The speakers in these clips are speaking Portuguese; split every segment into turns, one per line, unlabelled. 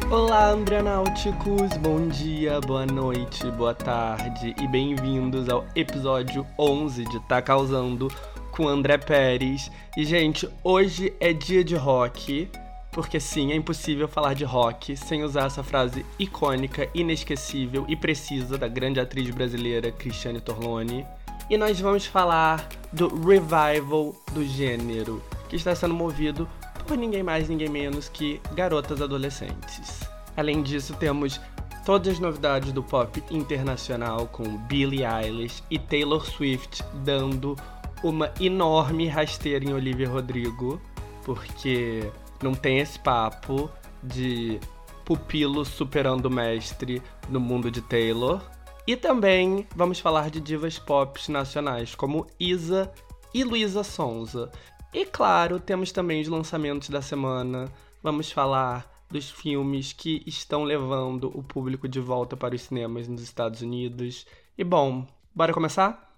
Olá, Ambranáuticos! Bom dia, boa noite, boa tarde e bem-vindos ao episódio 11 de Tá Causando com André Pérez. E, gente, hoje é dia de rock, porque sim, é impossível falar de rock sem usar essa frase icônica, inesquecível e precisa da grande atriz brasileira Cristiane Torlone. E nós vamos falar do revival do gênero, que está sendo movido por ninguém mais, ninguém menos que garotas adolescentes. Além disso, temos todas as novidades do pop internacional, com Billie Eilish e Taylor Swift dando uma enorme rasteira em Olivia Rodrigo, porque não tem esse papo de pupilo superando o mestre no mundo de Taylor. E também vamos falar de divas pop nacionais, como Isa e Luísa Sonza. E claro, temos também os lançamentos da semana. Vamos falar dos filmes que estão levando o público de volta para os cinemas nos Estados Unidos. E bom, bora começar?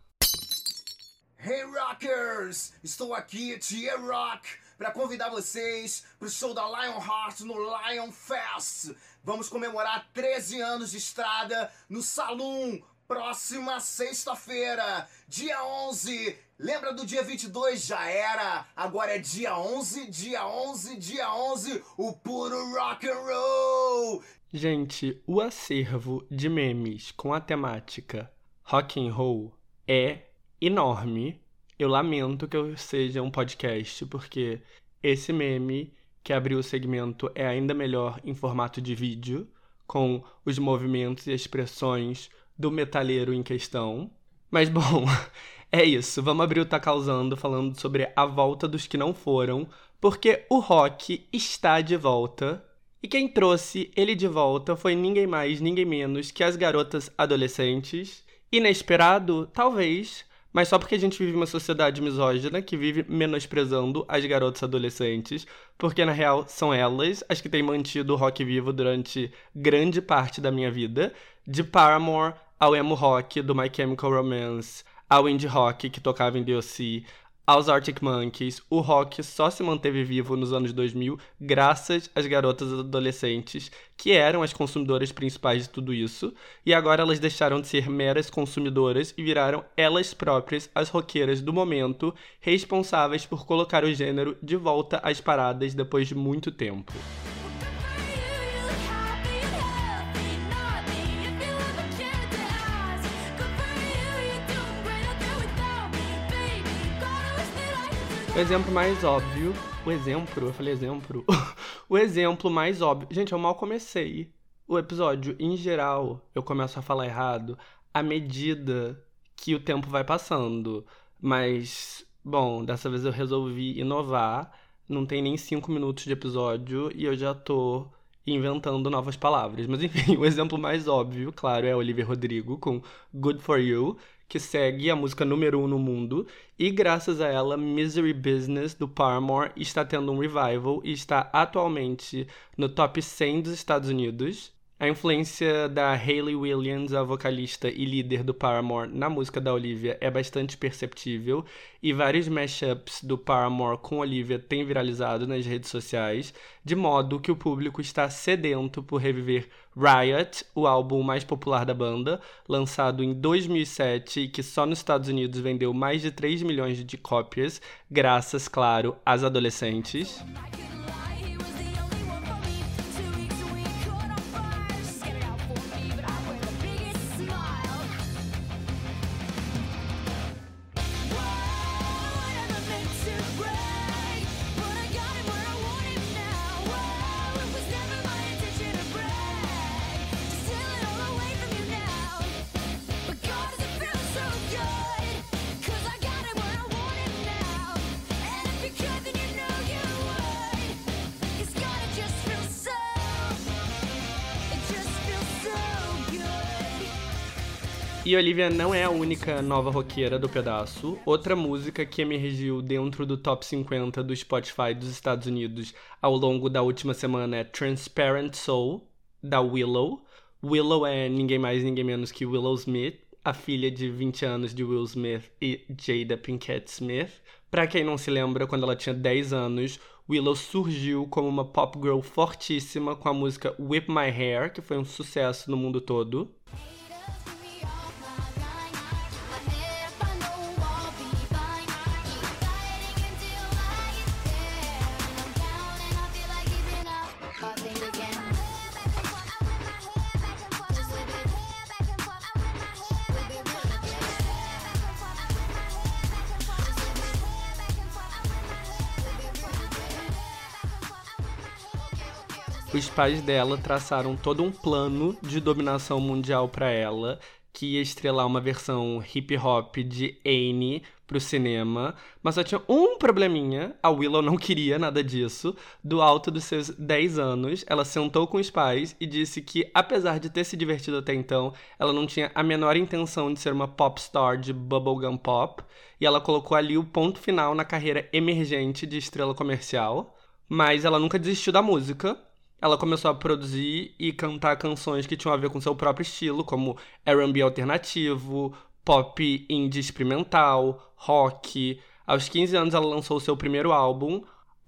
Hey Rockers! Estou aqui, Tia Rock, para convidar vocês para o show da Lionheart no Lion Fest. Vamos comemorar 13 anos de estrada no Saloon, próxima sexta-feira, dia 11. Lembra do dia 22? Já era. Agora é dia 11, dia 11, dia 11, o puro rock and roll.
Gente, o acervo de memes com a temática rock and roll é enorme. Eu lamento que eu seja um podcast, porque esse meme que abriu o segmento é ainda melhor em formato de vídeo, com os movimentos e expressões do metalheiro em questão. Mas bom, é isso. Vamos abrir o Tá Causando falando sobre a volta dos que não foram, porque o rock está de volta. E quem trouxe ele de volta foi ninguém mais, ninguém menos que as garotas adolescentes. Inesperado? Talvez, mas só porque a gente vive uma sociedade misógina que vive menosprezando as garotas adolescentes, porque na real são elas as que têm mantido o rock vivo durante grande parte da minha vida, de Paramore ao emo rock do My Chemical Romance, ao indie rock que tocava em D.O.C., aos Arctic Monkeys. O rock só se manteve vivo nos anos 2000 graças às garotas adolescentes, que eram as consumidoras principais de tudo isso, e agora elas deixaram de ser meras consumidoras e viraram elas próprias as roqueiras do momento, responsáveis por colocar o gênero de volta às paradas depois de muito tempo. O exemplo mais óbvio, o exemplo mais óbvio, gente, eu mal comecei o episódio, em geral, eu começo a falar errado à medida que o tempo vai passando, mas, bom, dessa vez eu resolvi inovar, não tem nem 5 minutos de episódio e eu já tô inventando novas palavras, mas enfim, o exemplo mais óbvio, claro, é Olivia Rodrigo com Good For You, que segue a música número 1 no mundo, e graças a ela, Misery Business, do Paramore, está tendo um revival e está atualmente no top 100 dos Estados Unidos. A influência da Hayley Williams, a vocalista e líder do Paramore, na música da Olivia é bastante perceptível, e vários mashups do Paramore com Olivia têm viralizado nas redes sociais, de modo que o público está sedento por reviver Riot, o álbum mais popular da banda, lançado em 2007 e que só nos Estados Unidos vendeu mais de 3 milhões de cópias, graças, claro, às adolescentes. E Olivia não é a única nova roqueira do pedaço. Outra música que emergiu dentro do top 50 do Spotify dos Estados Unidos ao longo da última semana é Transparent Soul, da Willow. Willow é ninguém mais, ninguém menos que Willow Smith, a filha de 20 anos de Will Smith e Jada Pinkett Smith. Pra quem não se lembra, quando ela tinha 10 anos, Willow surgiu como uma pop girl fortíssima com a música Whip My Hair, que foi um sucesso no mundo todo. Os pais dela traçaram todo um plano de dominação mundial para ela, que ia estrelar uma versão hip hop de Annie pro cinema, mas só tinha um probleminha: a Willow não queria nada disso. Do alto dos seus 10 anos, ela sentou com os pais e disse que, apesar de ter se divertido até então, ela não tinha a menor intenção de ser uma pop star de bubblegum pop, e ela colocou ali o ponto final na carreira emergente de estrela comercial. Mas ela nunca desistiu da música. Ela começou a produzir e cantar canções que tinham a ver com seu próprio estilo, como R&B alternativo, pop indie experimental, rock. Aos 15 anos ela lançou seu primeiro álbum,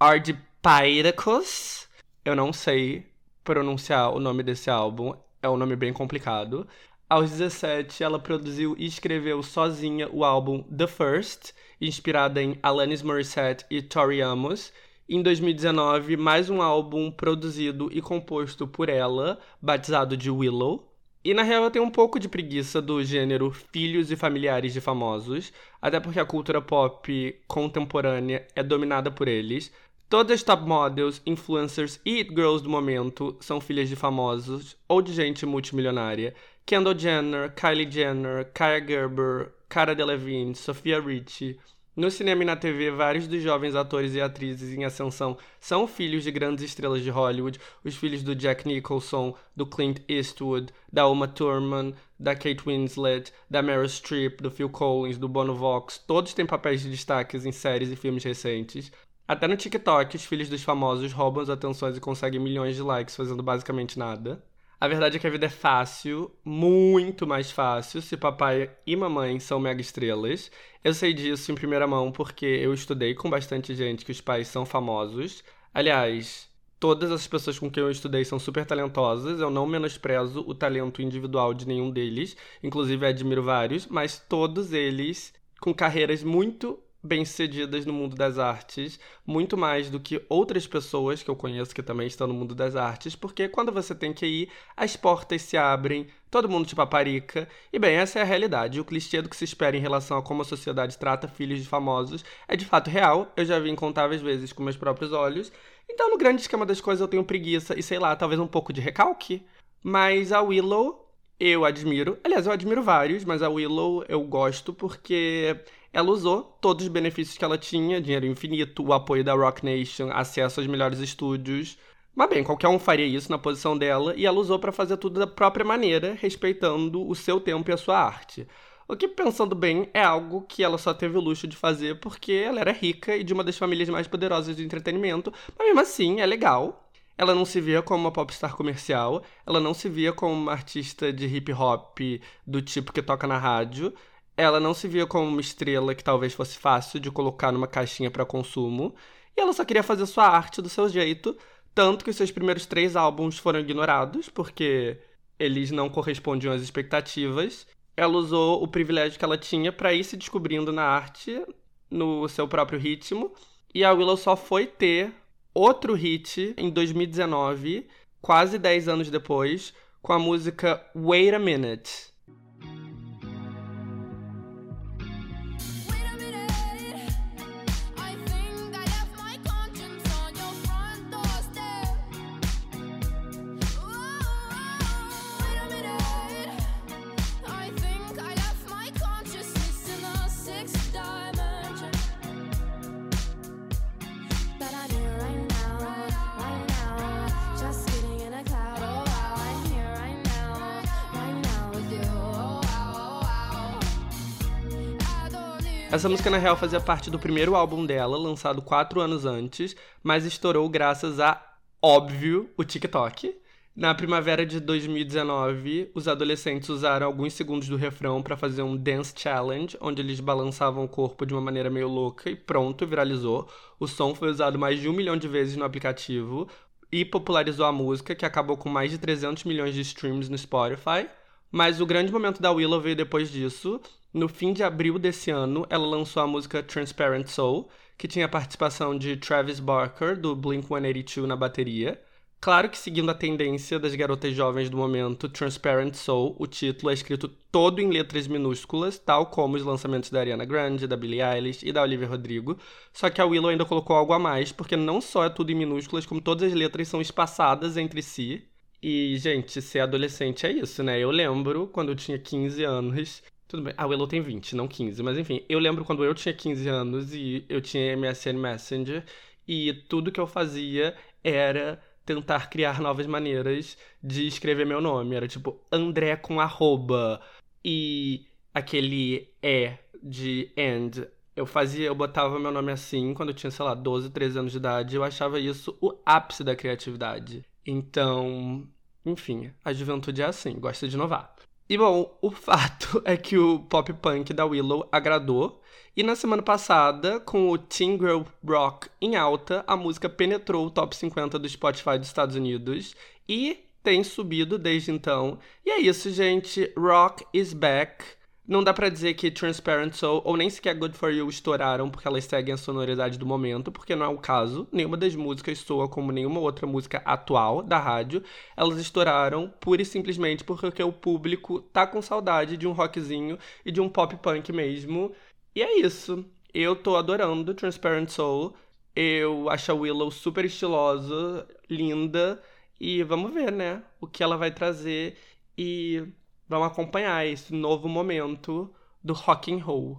Ardipithecus. Eu não sei pronunciar o nome desse álbum, é um nome bem complicado. Aos 17 ela produziu e escreveu sozinha o álbum The First, inspirada em Alanis Morissette e Tori Amos. Em 2019, mais um álbum produzido e composto por ela, batizado de Willow. E na real eu tenho um pouco de preguiça do gênero filhos e familiares de famosos, até porque a cultura pop contemporânea é dominada por eles. Todas as top models, influencers e it girls do momento são filhas de famosos ou de gente multimilionária. Kendall Jenner, Kylie Jenner, Kaia Gerber, Cara Delevingne, Sofia Richie. No cinema e na TV, vários dos jovens atores e atrizes em ascensão são filhos de grandes estrelas de Hollywood, os filhos do Jack Nicholson, do Clint Eastwood, da Uma Thurman, da Kate Winslet, da Meryl Streep, do Phil Collins, do Bono Vox. Todos têm papéis de destaques em séries e filmes recentes. Até no TikTok, os filhos dos famosos roubam as atenções e conseguem milhões de likes fazendo basicamente nada. A verdade é que a vida é fácil, muito mais fácil, se papai e mamãe são mega estrelas. Eu sei disso em primeira mão porque eu estudei com bastante gente que os pais são famosos. Aliás, todas as pessoas com quem eu estudei são super talentosas. Eu não menosprezo o talento individual de nenhum deles. Inclusive, admiro vários, mas todos eles com carreiras muito bem-sucedidas no mundo das artes, muito mais do que outras pessoas que eu conheço que também estão no mundo das artes, porque quando você tem que ir, as portas se abrem, todo mundo te paparica, e bem, essa é a realidade. O clichê do que se espera em relação a como a sociedade trata filhos de famosos é de fato real, eu já vi incontáveis vezes com meus próprios olhos, então no grande esquema das coisas eu tenho preguiça e sei lá, talvez um pouco de recalque, mas a Willow eu admiro, aliás, eu admiro vários, mas a Willow eu gosto porque ela usou todos os benefícios que ela tinha, dinheiro infinito, o apoio da Roc Nation, acesso aos melhores estúdios. Mas bem, qualquer um faria isso na posição dela, e ela usou para fazer tudo da própria maneira, respeitando o seu tempo e a sua arte. O que, pensando bem, é algo que ela só teve o luxo de fazer porque ela era rica e de uma das famílias mais poderosas do entretenimento, mas mesmo assim, é legal. Ela não se via como uma popstar comercial, ela não se via como uma artista de hip hop do tipo que toca na rádio, ela não se via como uma estrela que talvez fosse fácil de colocar numa caixinha para consumo, e ela só queria fazer sua arte do seu jeito, tanto que os seus primeiros 3 álbuns foram ignorados, porque eles não correspondiam às expectativas. Ela usou o privilégio que ela tinha para ir se descobrindo na arte, no seu próprio ritmo, e a Willow só foi ter outro hit em 2019, quase 10 anos depois, com a música Wait a Minute. Essa música, na real, fazia parte do primeiro álbum dela, lançado 4 anos antes, mas estourou graças a, óbvio, o TikTok. Na primavera de 2019, os adolescentes usaram alguns segundos do refrão para fazer um dance challenge, onde eles balançavam o corpo de uma maneira meio louca e pronto, viralizou. O som foi usado mais de 1 milhão de vezes no aplicativo e popularizou a música, que acabou com mais de 300 milhões de streams no Spotify. Mas o grande momento da Willow veio depois disso. No fim de abril desse ano, ela lançou a música Transparent Soul, que tinha a participação de Travis Barker, do Blink-182, na bateria. Claro que seguindo a tendência das garotas jovens do momento, Transparent Soul, o título é escrito todo em letras minúsculas, tal como os lançamentos da Ariana Grande, da Billie Eilish e da Olivia Rodrigo. Só que a Willow ainda colocou algo a mais, porque não só é tudo em minúsculas, como todas as letras são espaçadas entre si. E, gente, ser adolescente é isso, né? Eu lembro quando eu tinha 15 anos. Tudo bem, a Willow tem 20, não 15, mas enfim, eu lembro quando eu tinha 15 anos e eu tinha MSN Messenger e tudo que eu fazia era tentar criar novas maneiras de escrever meu nome. Era tipo André com arroba e aquele E de and. Eu botava meu nome assim quando eu tinha, sei lá, 12, 13 anos de idade. Eu achava isso o ápice da criatividade. Então, enfim, a juventude é assim, gosta de inovar. E bom, o fato é que o pop punk da Willow agradou. E na semana passada, com o Teen Girl Rock em alta, a música penetrou o top 50 do Spotify dos Estados Unidos e tem subido desde então. E é isso, gente. Rock is back. Não dá pra dizer que Transparent Soul ou nem sequer Good For You estouraram porque elas seguem a sonoridade do momento, porque não é o caso. Nenhuma das músicas soa como nenhuma outra música atual da rádio. Elas estouraram pura e simplesmente porque o público tá com saudade de um rockzinho e de um pop punk mesmo. E é isso. Eu tô adorando Transparent Soul. Eu acho a Willow super estilosa, linda. E vamos ver, né? O que ela vai trazer. E vamos acompanhar esse novo momento do rock and roll.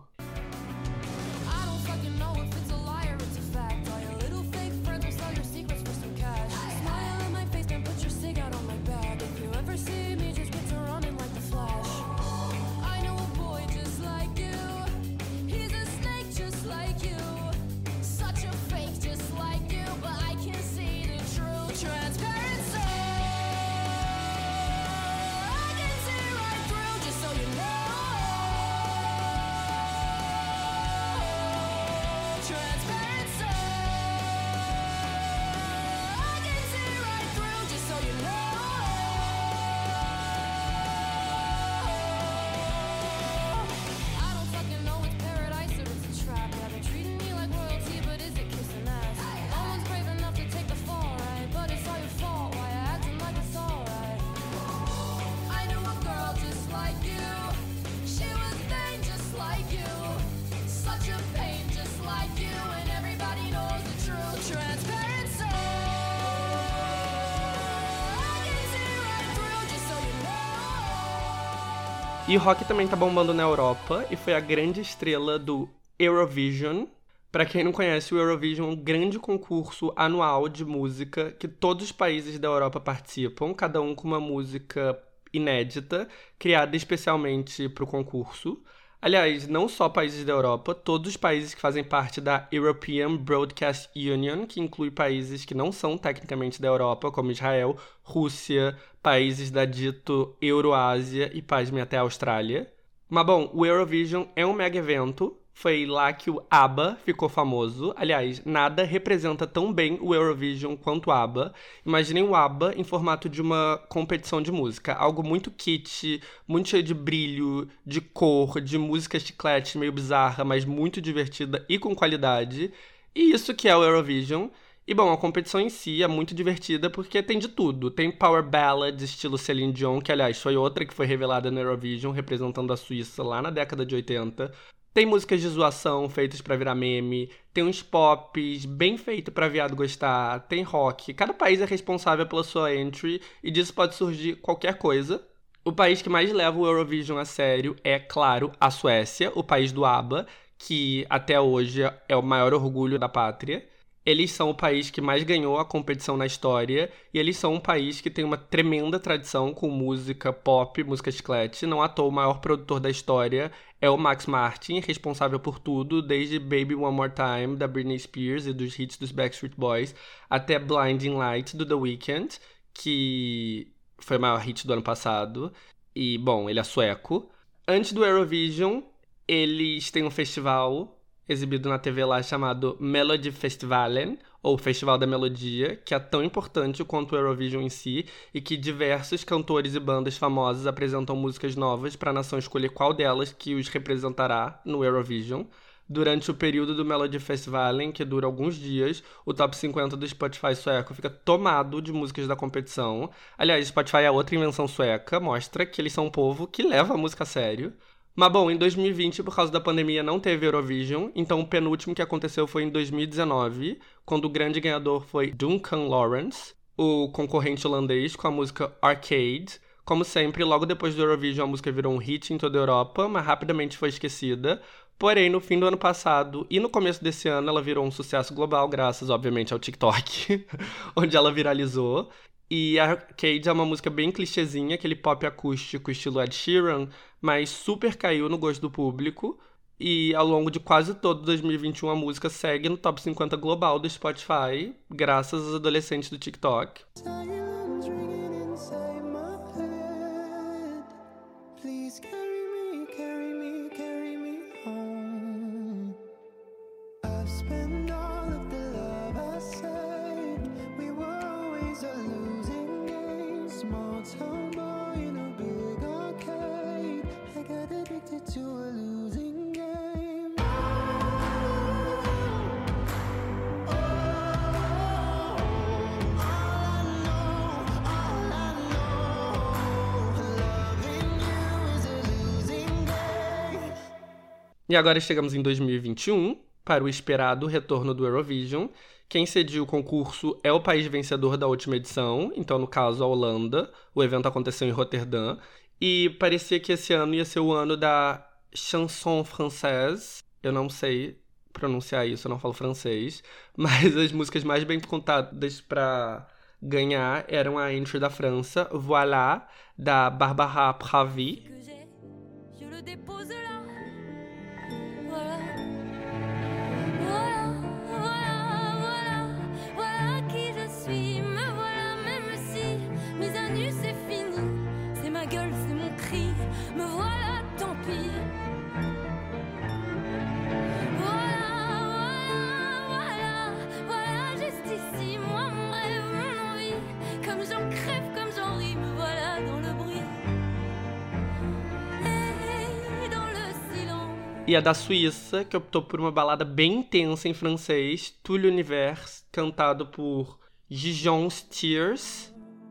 E o rock também tá bombando na Europa e foi a grande estrela do Eurovision. Pra quem não conhece, o Eurovision é um grande concurso anual de música que todos os países da Europa participam, cada um com uma música inédita, criada especialmente pro concurso. Aliás, não só países da Europa, todos os países que fazem parte da European Broadcast Union, que inclui países que não são tecnicamente da Europa, como Israel, Rússia, países da dito Euroásia e, pasmem, até a Austrália. Mas bom, o Eurovision é um mega evento. Foi lá que o ABBA ficou famoso. Aliás, nada representa tão bem o Eurovision quanto o ABBA. Imaginem o ABBA em formato de uma competição de música. Algo muito kitsch, muito cheio de brilho, de cor, de música chiclete meio bizarra, mas muito divertida e com qualidade. E isso que é o Eurovision. E bom, a competição em si é muito divertida porque tem de tudo. Tem power ballads estilo Celine Dion, que aliás foi outra que foi revelada no Eurovision, representando a Suíça lá na década de 80. Tem músicas de zoação feitas pra virar meme, tem uns pops bem feitos pra viado gostar, tem rock. Cada país é responsável pela sua entry e disso pode surgir qualquer coisa. O país que mais leva o Eurovision a sério é, claro, a Suécia, o país do ABBA, que até hoje é o maior orgulho da pátria. Eles são o país que mais ganhou a competição na história e eles são um país que tem uma tremenda tradição com música pop, música chiclete. Não à toa, o maior produtor da história é o Max Martin, responsável por tudo, desde Baby One More Time, da Britney Spears e dos hits dos Backstreet Boys, até Blinding Lights, do The Weeknd, que foi o maior hit do ano passado. E, bom, ele é sueco. Antes do Eurovision, eles têm um festival exibido na TV lá chamado Melodifestivalen, ou Festival da Melodia, que é tão importante quanto o Eurovision em si, e que diversos cantores e bandas famosos apresentam músicas novas para a nação escolher qual delas que os representará no Eurovision. Durante o período do Melodifestivalen, que dura alguns dias, o top 50 do Spotify sueco fica tomado de músicas da competição. Aliás, Spotify é outra invenção sueca, mostra que eles são um povo que leva a música a sério. Mas, bom, em 2020, por causa da pandemia, não teve Eurovision, então o penúltimo que aconteceu foi em 2019, quando o grande ganhador foi Duncan Lawrence, o concorrente holandês, com a música Arcade. Como sempre, logo depois do Eurovision, a música virou um hit em toda a Europa, mas rapidamente foi esquecida. Porém, no fim do ano passado e no começo desse ano, ela virou um sucesso global, graças, obviamente, ao TikTok, onde ela viralizou. E Arcade é uma música bem clichêzinha, aquele pop acústico estilo Ed Sheeran, mas super caiu no gosto do público. E ao longo de quase todo 2021 a música segue no top 50 global do Spotify, graças aos adolescentes do TikTok. E agora chegamos em 2021, para o esperado retorno do Eurovision. Quem cediu o concurso é o país vencedor da última edição, então no caso a Holanda. O evento aconteceu em Roterdã. E parecia que esse ano ia ser o ano da chanson française. Eu não sei pronunciar isso, eu não falo francês. Mas as músicas mais bem contadas para ganhar eram a intro da França, Voilà, da Barbara Pravi. E a da Suíça, que optou por uma balada bem intensa em francês, Tout l'univers, cantado por Gijon Steers.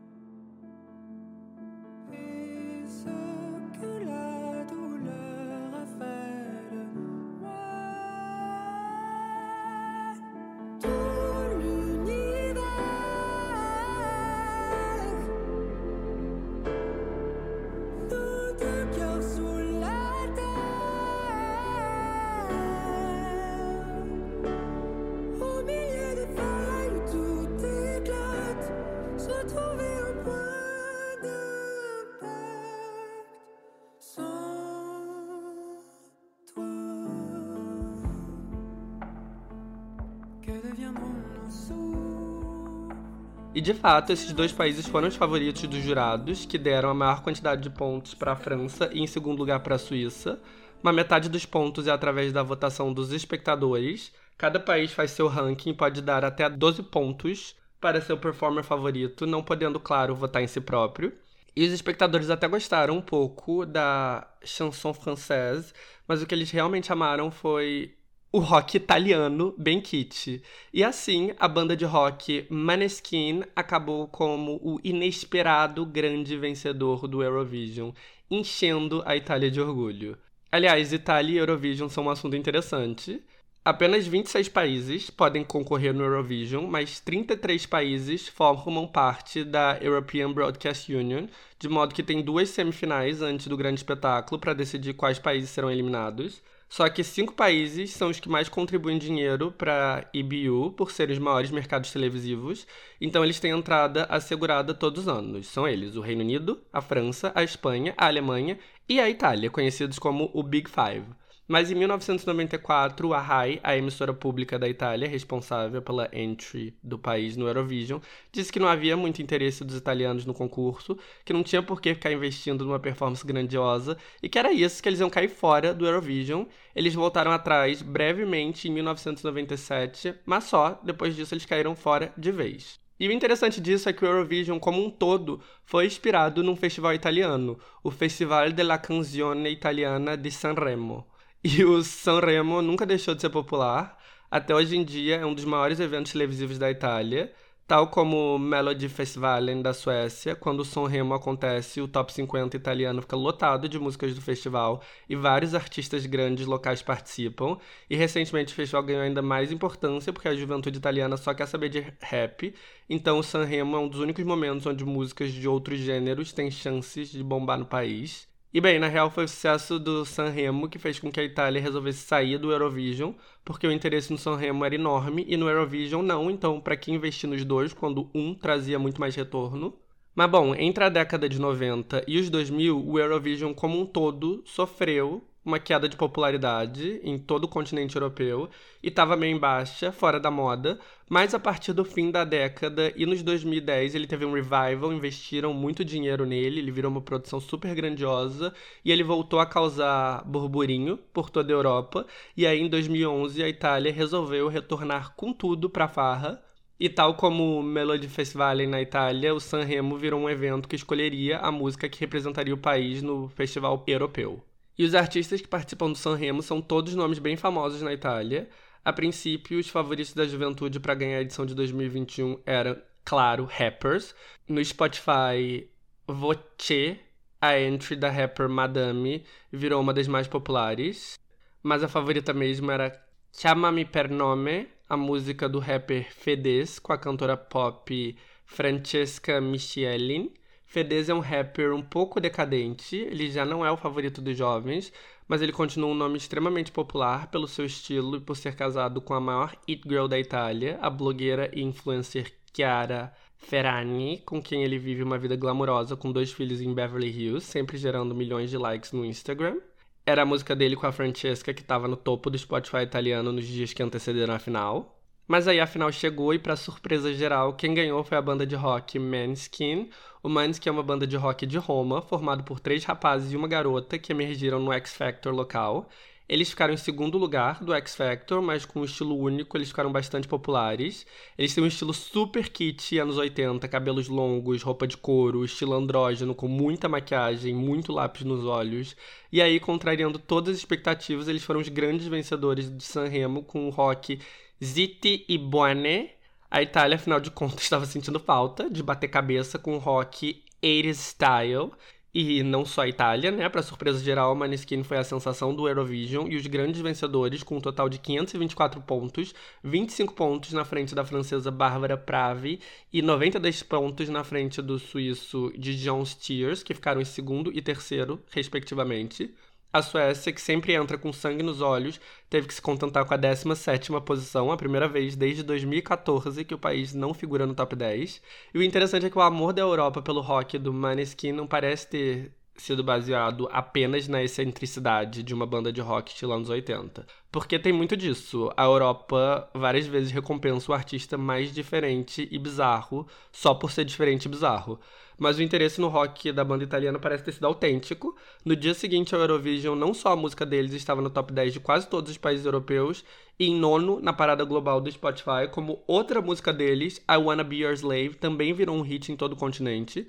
E de fato, esses dois países foram os favoritos dos jurados, que deram a maior quantidade de pontos para a França e em segundo lugar para a Suíça. Uma metade dos pontos é através da votação dos espectadores. Cada país faz seu ranking e pode dar até 12 pontos para seu performer favorito, não podendo, claro, votar em si próprio. E os espectadores até gostaram um pouco da chanson française, mas o que eles realmente amaram foi o rock italiano bem kitsch. E assim, a banda de rock Måneskin acabou como o inesperado grande vencedor do Eurovision, enchendo a Itália de orgulho. Aliás, Itália e Eurovision são um assunto interessante. Apenas 26 países podem concorrer no Eurovision, mas 33 países formam parte da European Broadcast Union, de modo que tem 2 semifinais antes do grande espetáculo para decidir quais países serão eliminados. Só que 5 países são os que mais contribuem dinheiro para a EBU, por serem os maiores mercados televisivos, então eles têm entrada assegurada todos os anos. São eles o Reino Unido, a França, a Espanha, a Alemanha e a Itália, conhecidos como o Big Five. Mas em 1994, a RAI, a emissora pública da Itália, responsável pela entry do país no Eurovision, disse que não havia muito interesse dos italianos no concurso, que não tinha por que ficar investindo numa performance grandiosa e que era isso, que eles iam cair fora do Eurovision. Eles voltaram atrás brevemente em 1997, mas só depois disso eles caíram fora de vez. E o interessante disso é que o Eurovision, como um todo, foi inspirado num festival italiano, o Festival della Canzone Italiana di Sanremo. E o Sanremo nunca deixou de ser popular. Até hoje em dia é um dos maiores eventos televisivos da Itália. Tal como o Melody Festivalen da Suécia, quando o Sanremo acontece, o Top 50 italiano fica lotado de músicas do festival e vários artistas grandes locais participam. E recentemente o festival ganhou ainda mais importância porque a juventude italiana só quer saber de rap. Então o Sanremo é um dos únicos momentos onde músicas de outros gêneros têm chances de bombar no país. E bem, na real foi o sucesso do Sanremo que fez com que a Itália resolvesse sair do Eurovision, porque o interesse no Sanremo era enorme e no Eurovision não, então para que investir nos dois quando um trazia muito mais retorno? Mas bom, entre a década de 90 e os 2000, o Eurovision como um todo sofreu uma queda de popularidade em todo o continente europeu e estava meio em baixa, fora da moda, mas a partir do fim da década e nos 2010 ele teve um revival, investiram muito dinheiro nele, ele virou uma produção super grandiosa e ele voltou a causar burburinho por toda a Europa e aí em 2011 a Itália resolveu retornar com tudo pra farra. E tal como o Melody Festivalen na Itália, o Sanremo virou um evento que escolheria a música que representaria o país no festival europeu. E os artistas que participam do Sanremo são todos nomes bem famosos na Itália. A princípio, os favoritos da juventude para ganhar a edição de 2021 eram, claro, rappers. No Spotify, Voce, a entry da rapper Madame, virou uma das mais populares. Mas a favorita mesmo era Chiamami per nome, a música do rapper Fedez, com a cantora pop Francesca Michielin. Fedez é um rapper um pouco decadente, ele já não é o favorito dos jovens, mas ele continua um nome extremamente popular pelo seu estilo e por ser casado com a maior it girl da Itália, a blogueira e influencer Chiara Ferragni, com quem ele vive uma vida glamurosa com 2 filhos em Beverly Hills, sempre gerando milhões de likes no Instagram. Era a música dele com a Francesca que estava no topo do Spotify italiano nos dias que antecederam a final. Mas aí a final chegou e, para surpresa geral, quem ganhou foi a banda de rock Måneskin. O Måneskin é uma banda de rock de Roma, formado por 3 rapazes e uma garota que emergiram no X Factor local. Eles ficaram em segundo lugar do X Factor, mas com um estilo único, eles ficaram bastante populares. Eles têm um estilo super kitsch, anos 80, cabelos longos, roupa de couro, estilo andrógeno, com muita maquiagem, muito lápis nos olhos. E aí, contrariando todas as expectativas, eles foram os grandes vencedores de Sanremo com o rock Zitti e Buone. A Itália, afinal de contas, estava sentindo falta de bater cabeça com o rock 80s style. E não só a Itália, né? Para surpresa geral, Måneskin foi a sensação do Eurovision e os grandes vencedores, com um total de 524 pontos, 25 pontos na frente da francesa Barbara Pravi e 92 pontos na frente do suíço Dijon Steers, que ficaram em segundo e terceiro, respectivamente. A Suécia, que sempre entra com sangue nos olhos, teve que se contentar com a 17ª posição, a primeira vez desde 2014 que o país não figura no top 10. E o interessante é que o amor da Europa pelo rock do Måneskin não parece ter sido baseado apenas na excentricidade de uma banda de rock estilo anos 80. Porque tem muito disso. A Europa várias vezes recompensa o artista mais diferente e bizarro só por ser diferente e bizarro. Mas o interesse no rock da banda italiana parece ter sido autêntico. No dia seguinte ao Eurovision, não só a música deles estava no top 10 de quase todos os países europeus, e em 9º na parada global do Spotify, como outra música deles, I Wanna Be Your Slave, também virou um hit em todo o continente.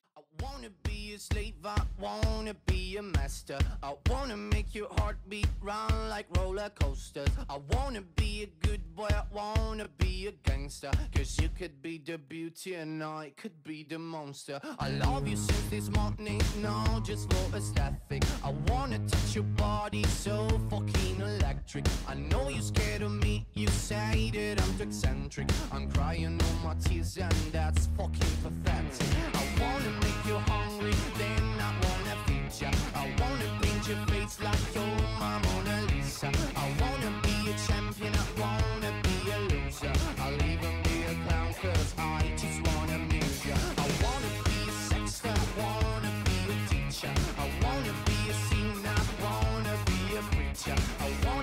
I wanna be a master. I wanna make your heartbeat run like roller coasters. I wanna be a good boy. I wanna be a gangster. Cause you could be the beauty and I could be the monster. I love you since this morning, no, just for aesthetic. I wanna touch your body so fucking electric. I know you're scared of me, you say that I'm too eccentric. I'm crying all my tears and that's fucking pathetic. I wanna make you hungry, then I wanna feed ya. I wanna paint your face like you're my Mona Lisa. I wanna be a champion, I wanna be a loser. I'll even be a clown cause I just wanna amuse ya. I wanna be a sexter, I wanna be a teacher. I wanna be a singer, I wanna be a preacher. I wanna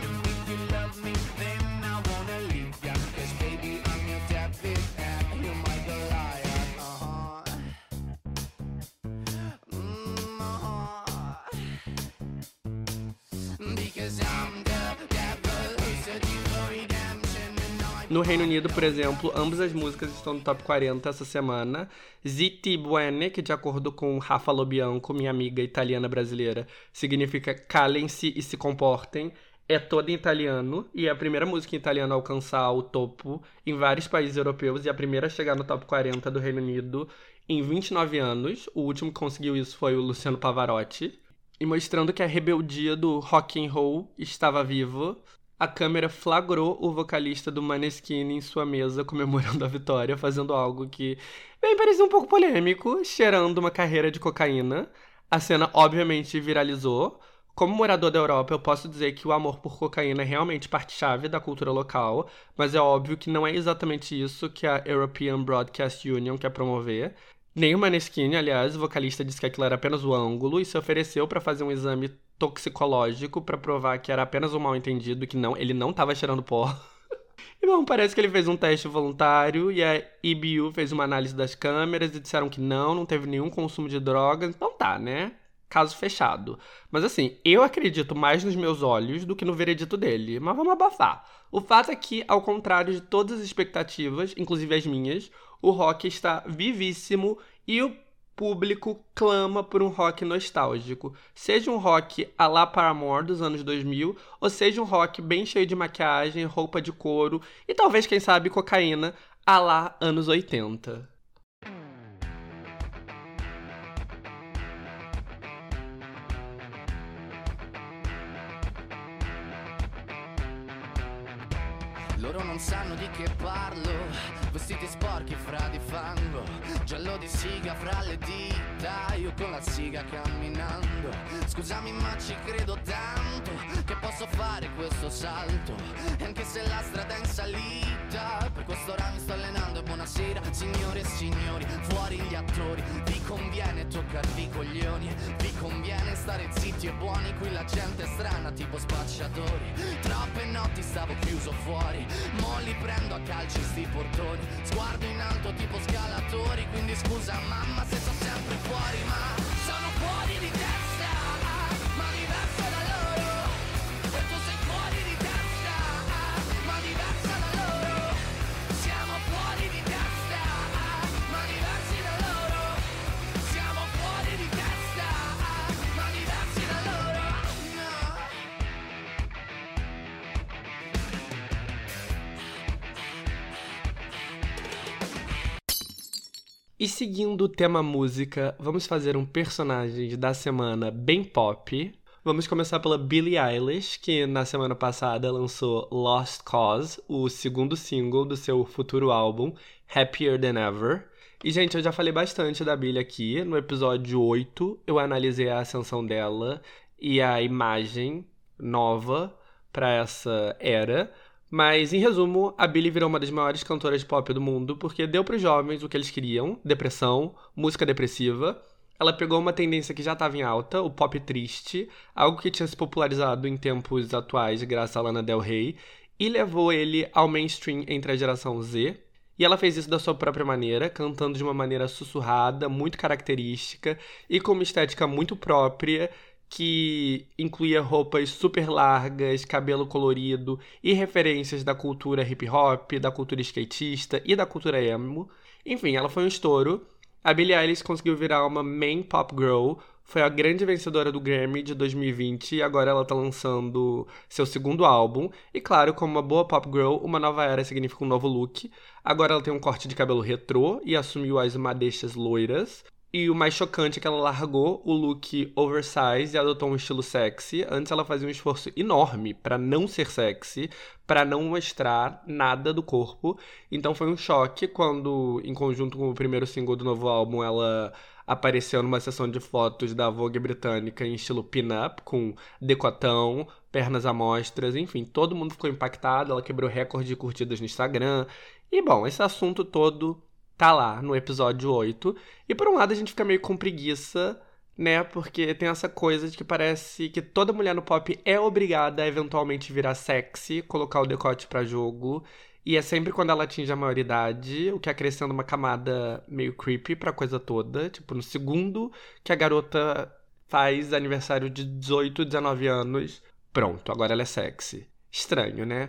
No Reino Unido, por exemplo, ambas as músicas estão no top 40 essa semana. Zitti Buone, que de acordo com Rafa Lobianco, minha amiga italiana brasileira, significa calem-se e se comportem, é toda em italiano e é a primeira música em italiano a alcançar o topo em vários países europeus e a primeira a chegar no top 40 do Reino Unido em 29 anos. O último que conseguiu isso foi o Luciano Pavarotti. E mostrando que a rebeldia do rock and roll estava viva, a câmera flagrou o vocalista do Maneskin em sua mesa comemorando a vitória, fazendo algo que bem parecia um pouco polêmico, cheirando uma carreira de cocaína. A cena obviamente viralizou. Como morador da Europa, eu posso dizer que o amor por cocaína é realmente parte-chave da cultura local, mas é óbvio que não é exatamente isso que a European Broadcast Union quer promover. Nem o Maneskin, aliás, o vocalista disse que aquilo era apenas o ângulo e se ofereceu para fazer um exame toxicológico para provar que era apenas um mal-entendido, que não, ele não estava cheirando pó. E bom, parece que ele fez um teste voluntário e a EBU fez uma análise das câmeras e disseram que não teve nenhum consumo de drogas, então tá, né? Caso fechado. Mas assim, eu acredito mais nos meus olhos do que no veredito dele, mas vamos abafar. O fato é que, ao contrário de todas as expectativas, inclusive as minhas, o rock está vivíssimo e o público clama por um rock nostálgico. Seja um rock à la Paramore dos anos 2000, ou seja um rock bem cheio de maquiagem, roupa de couro e talvez, quem sabe, cocaína à la anos 80.
Loro non sanno di che parlo, vestiti sporchi fra di fango, giallo di siga fra le dita, io con la siga camminando. Scusami ma ci credo tanto, che posso fare questo salto, e anche se la strada è in salita, per quest'ora mi sto allenando e buonasera signore e signori, fuori gli attori, vi conviene toccarvi i coglioni, vi conviene stare zitti e buoni, qui la gente è strana tipo spacciatori, troppe notti stavo chiuso fuori, mo li prendo a calci sti portoni, sguardo in alto tipo scalatori, quindi scusa mamma se sto sempre fuori, ma sono fuori di testa, ma diverso da loro, e tu sei fuori di testa, ma diversa da loro, siamo fuori di testa, ma diversi da loro, siamo fuori di testa, ma diversi da loro, no.
E seguindo o tema música, vamos fazer um personagem da semana bem pop. Vamos começar pela Billie Eilish, que na semana passada lançou Lost Cause, o segundo single do seu futuro álbum, Happier Than Ever. E, gente, eu já falei bastante da Billie aqui. No episódio 8, eu analisei a ascensão dela e a imagem nova para essa era. Mas, em resumo, a Billie virou uma das maiores cantoras de pop do mundo porque deu para os jovens o que eles queriam, depressão, música depressiva. Ela pegou uma tendência que já estava em alta, o pop triste, algo que tinha se popularizado em tempos atuais graças a Lana Del Rey, e levou ele ao mainstream entre a geração Z. E ela fez isso da sua própria maneira, cantando de uma maneira sussurrada, muito característica e com uma estética muito própria, que incluía roupas super largas, cabelo colorido e referências da cultura hip hop, da cultura skatista e da cultura emo. Enfim, ela foi um estouro. A Billie Eilish conseguiu virar uma main pop girl, foi a grande vencedora do Grammy de 2020 e agora ela tá lançando seu segundo álbum. E claro, como uma boa pop girl, uma nova era significa um novo look. Agora ela tem um corte de cabelo retrô e assumiu as madeixas loiras. E o mais chocante é que ela largou o look oversize e adotou um estilo sexy. Antes ela fazia um esforço enorme pra não ser sexy, pra não mostrar nada do corpo. Então foi um choque quando, em conjunto com o primeiro single do novo álbum, ela apareceu numa sessão de fotos da Vogue britânica em estilo pin-up, com decotão, pernas à mostras, enfim, todo mundo ficou impactado. Ela quebrou recorde de curtidas no Instagram. E bom, esse assunto todo tá lá no episódio 8. E por um lado a gente fica meio com preguiça, né? Porque tem essa coisa de que parece que toda mulher no pop é obrigada a eventualmente virar sexy, colocar o decote pra jogo. E é sempre quando ela atinge a maioridade, o que acrescenta uma camada meio creepy pra coisa toda. Tipo, no segundo que a garota faz aniversário de 18, 19 anos, pronto, agora ela é sexy. Estranho, né?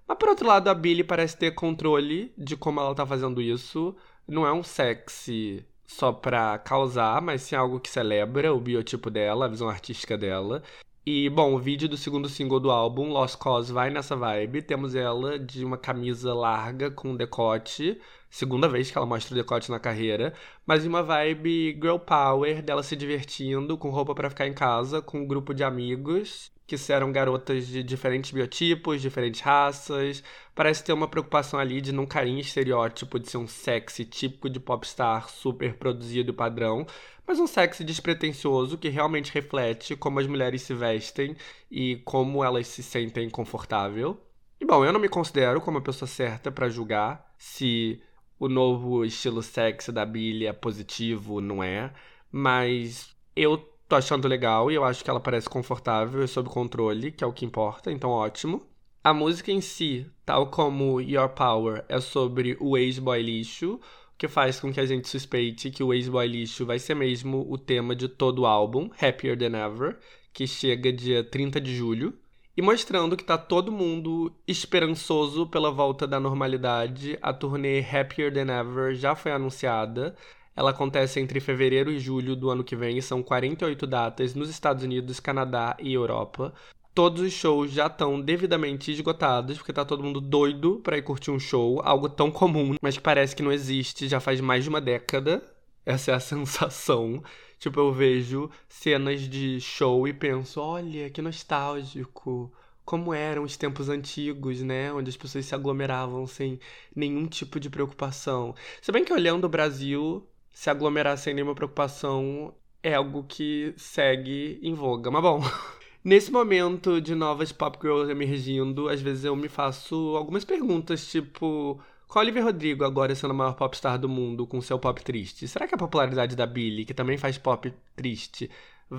Mas por outro lado, a Billie parece ter controle de como ela tá fazendo isso. Não é um sexy só pra causar, mas sim algo que celebra o biotipo dela, a visão artística dela. E, bom, o vídeo do segundo single do álbum, Lost Cause, vai nessa vibe. Temos ela de uma camisa larga com decote. Segunda vez que ela mostra o decote na carreira. Mas em uma vibe girl power, dela se divertindo, com roupa pra ficar em casa, com um grupo de amigos, que eram garotas de diferentes biotipos, diferentes raças. Parece ter uma preocupação ali de não cair em estereótipo de ser um sexy típico de popstar, super produzido e padrão, mas um sexy despretensioso que realmente reflete como as mulheres se vestem e como elas se sentem confortável. E bom, eu não me considero como a pessoa certa pra julgar se o novo estilo sexy da Billie é positivo ou não é, mas eu tô achando legal e eu acho que ela parece confortável e sob controle, que é o que importa, então ótimo. A música em si, tal como Your Power, é sobre o ex-boy lixo, o que faz com que a gente suspeite que o ex-boy lixo vai ser mesmo o tema de todo o álbum, Happier Than Ever, que chega dia 30 de julho. E mostrando que tá todo mundo esperançoso pela volta da normalidade, a turnê Happier Than Ever já foi anunciada. Ela acontece entre fevereiro e julho do ano que vem e são 48 datas nos Estados Unidos, Canadá e Europa. Todos os shows já estão devidamente esgotados, porque tá todo mundo doido pra ir curtir um show, algo tão comum, mas que parece que não existe já faz mais de uma década. Essa é a sensação. Tipo, eu vejo cenas de show e penso, olha, que nostálgico. Como eram os tempos antigos, né? Onde as pessoas se aglomeravam sem nenhum tipo de preocupação. Se bem que olhando o Brasil, se aglomerar sem nenhuma preocupação é algo que segue em voga. Mas bom, nesse momento de novas pop girls emergindo, às vezes eu me faço algumas perguntas, tipo, com a Olivia Rodrigo agora sendo a maior popstar do mundo com seu pop triste, será que a popularidade da Billie, que também faz pop triste,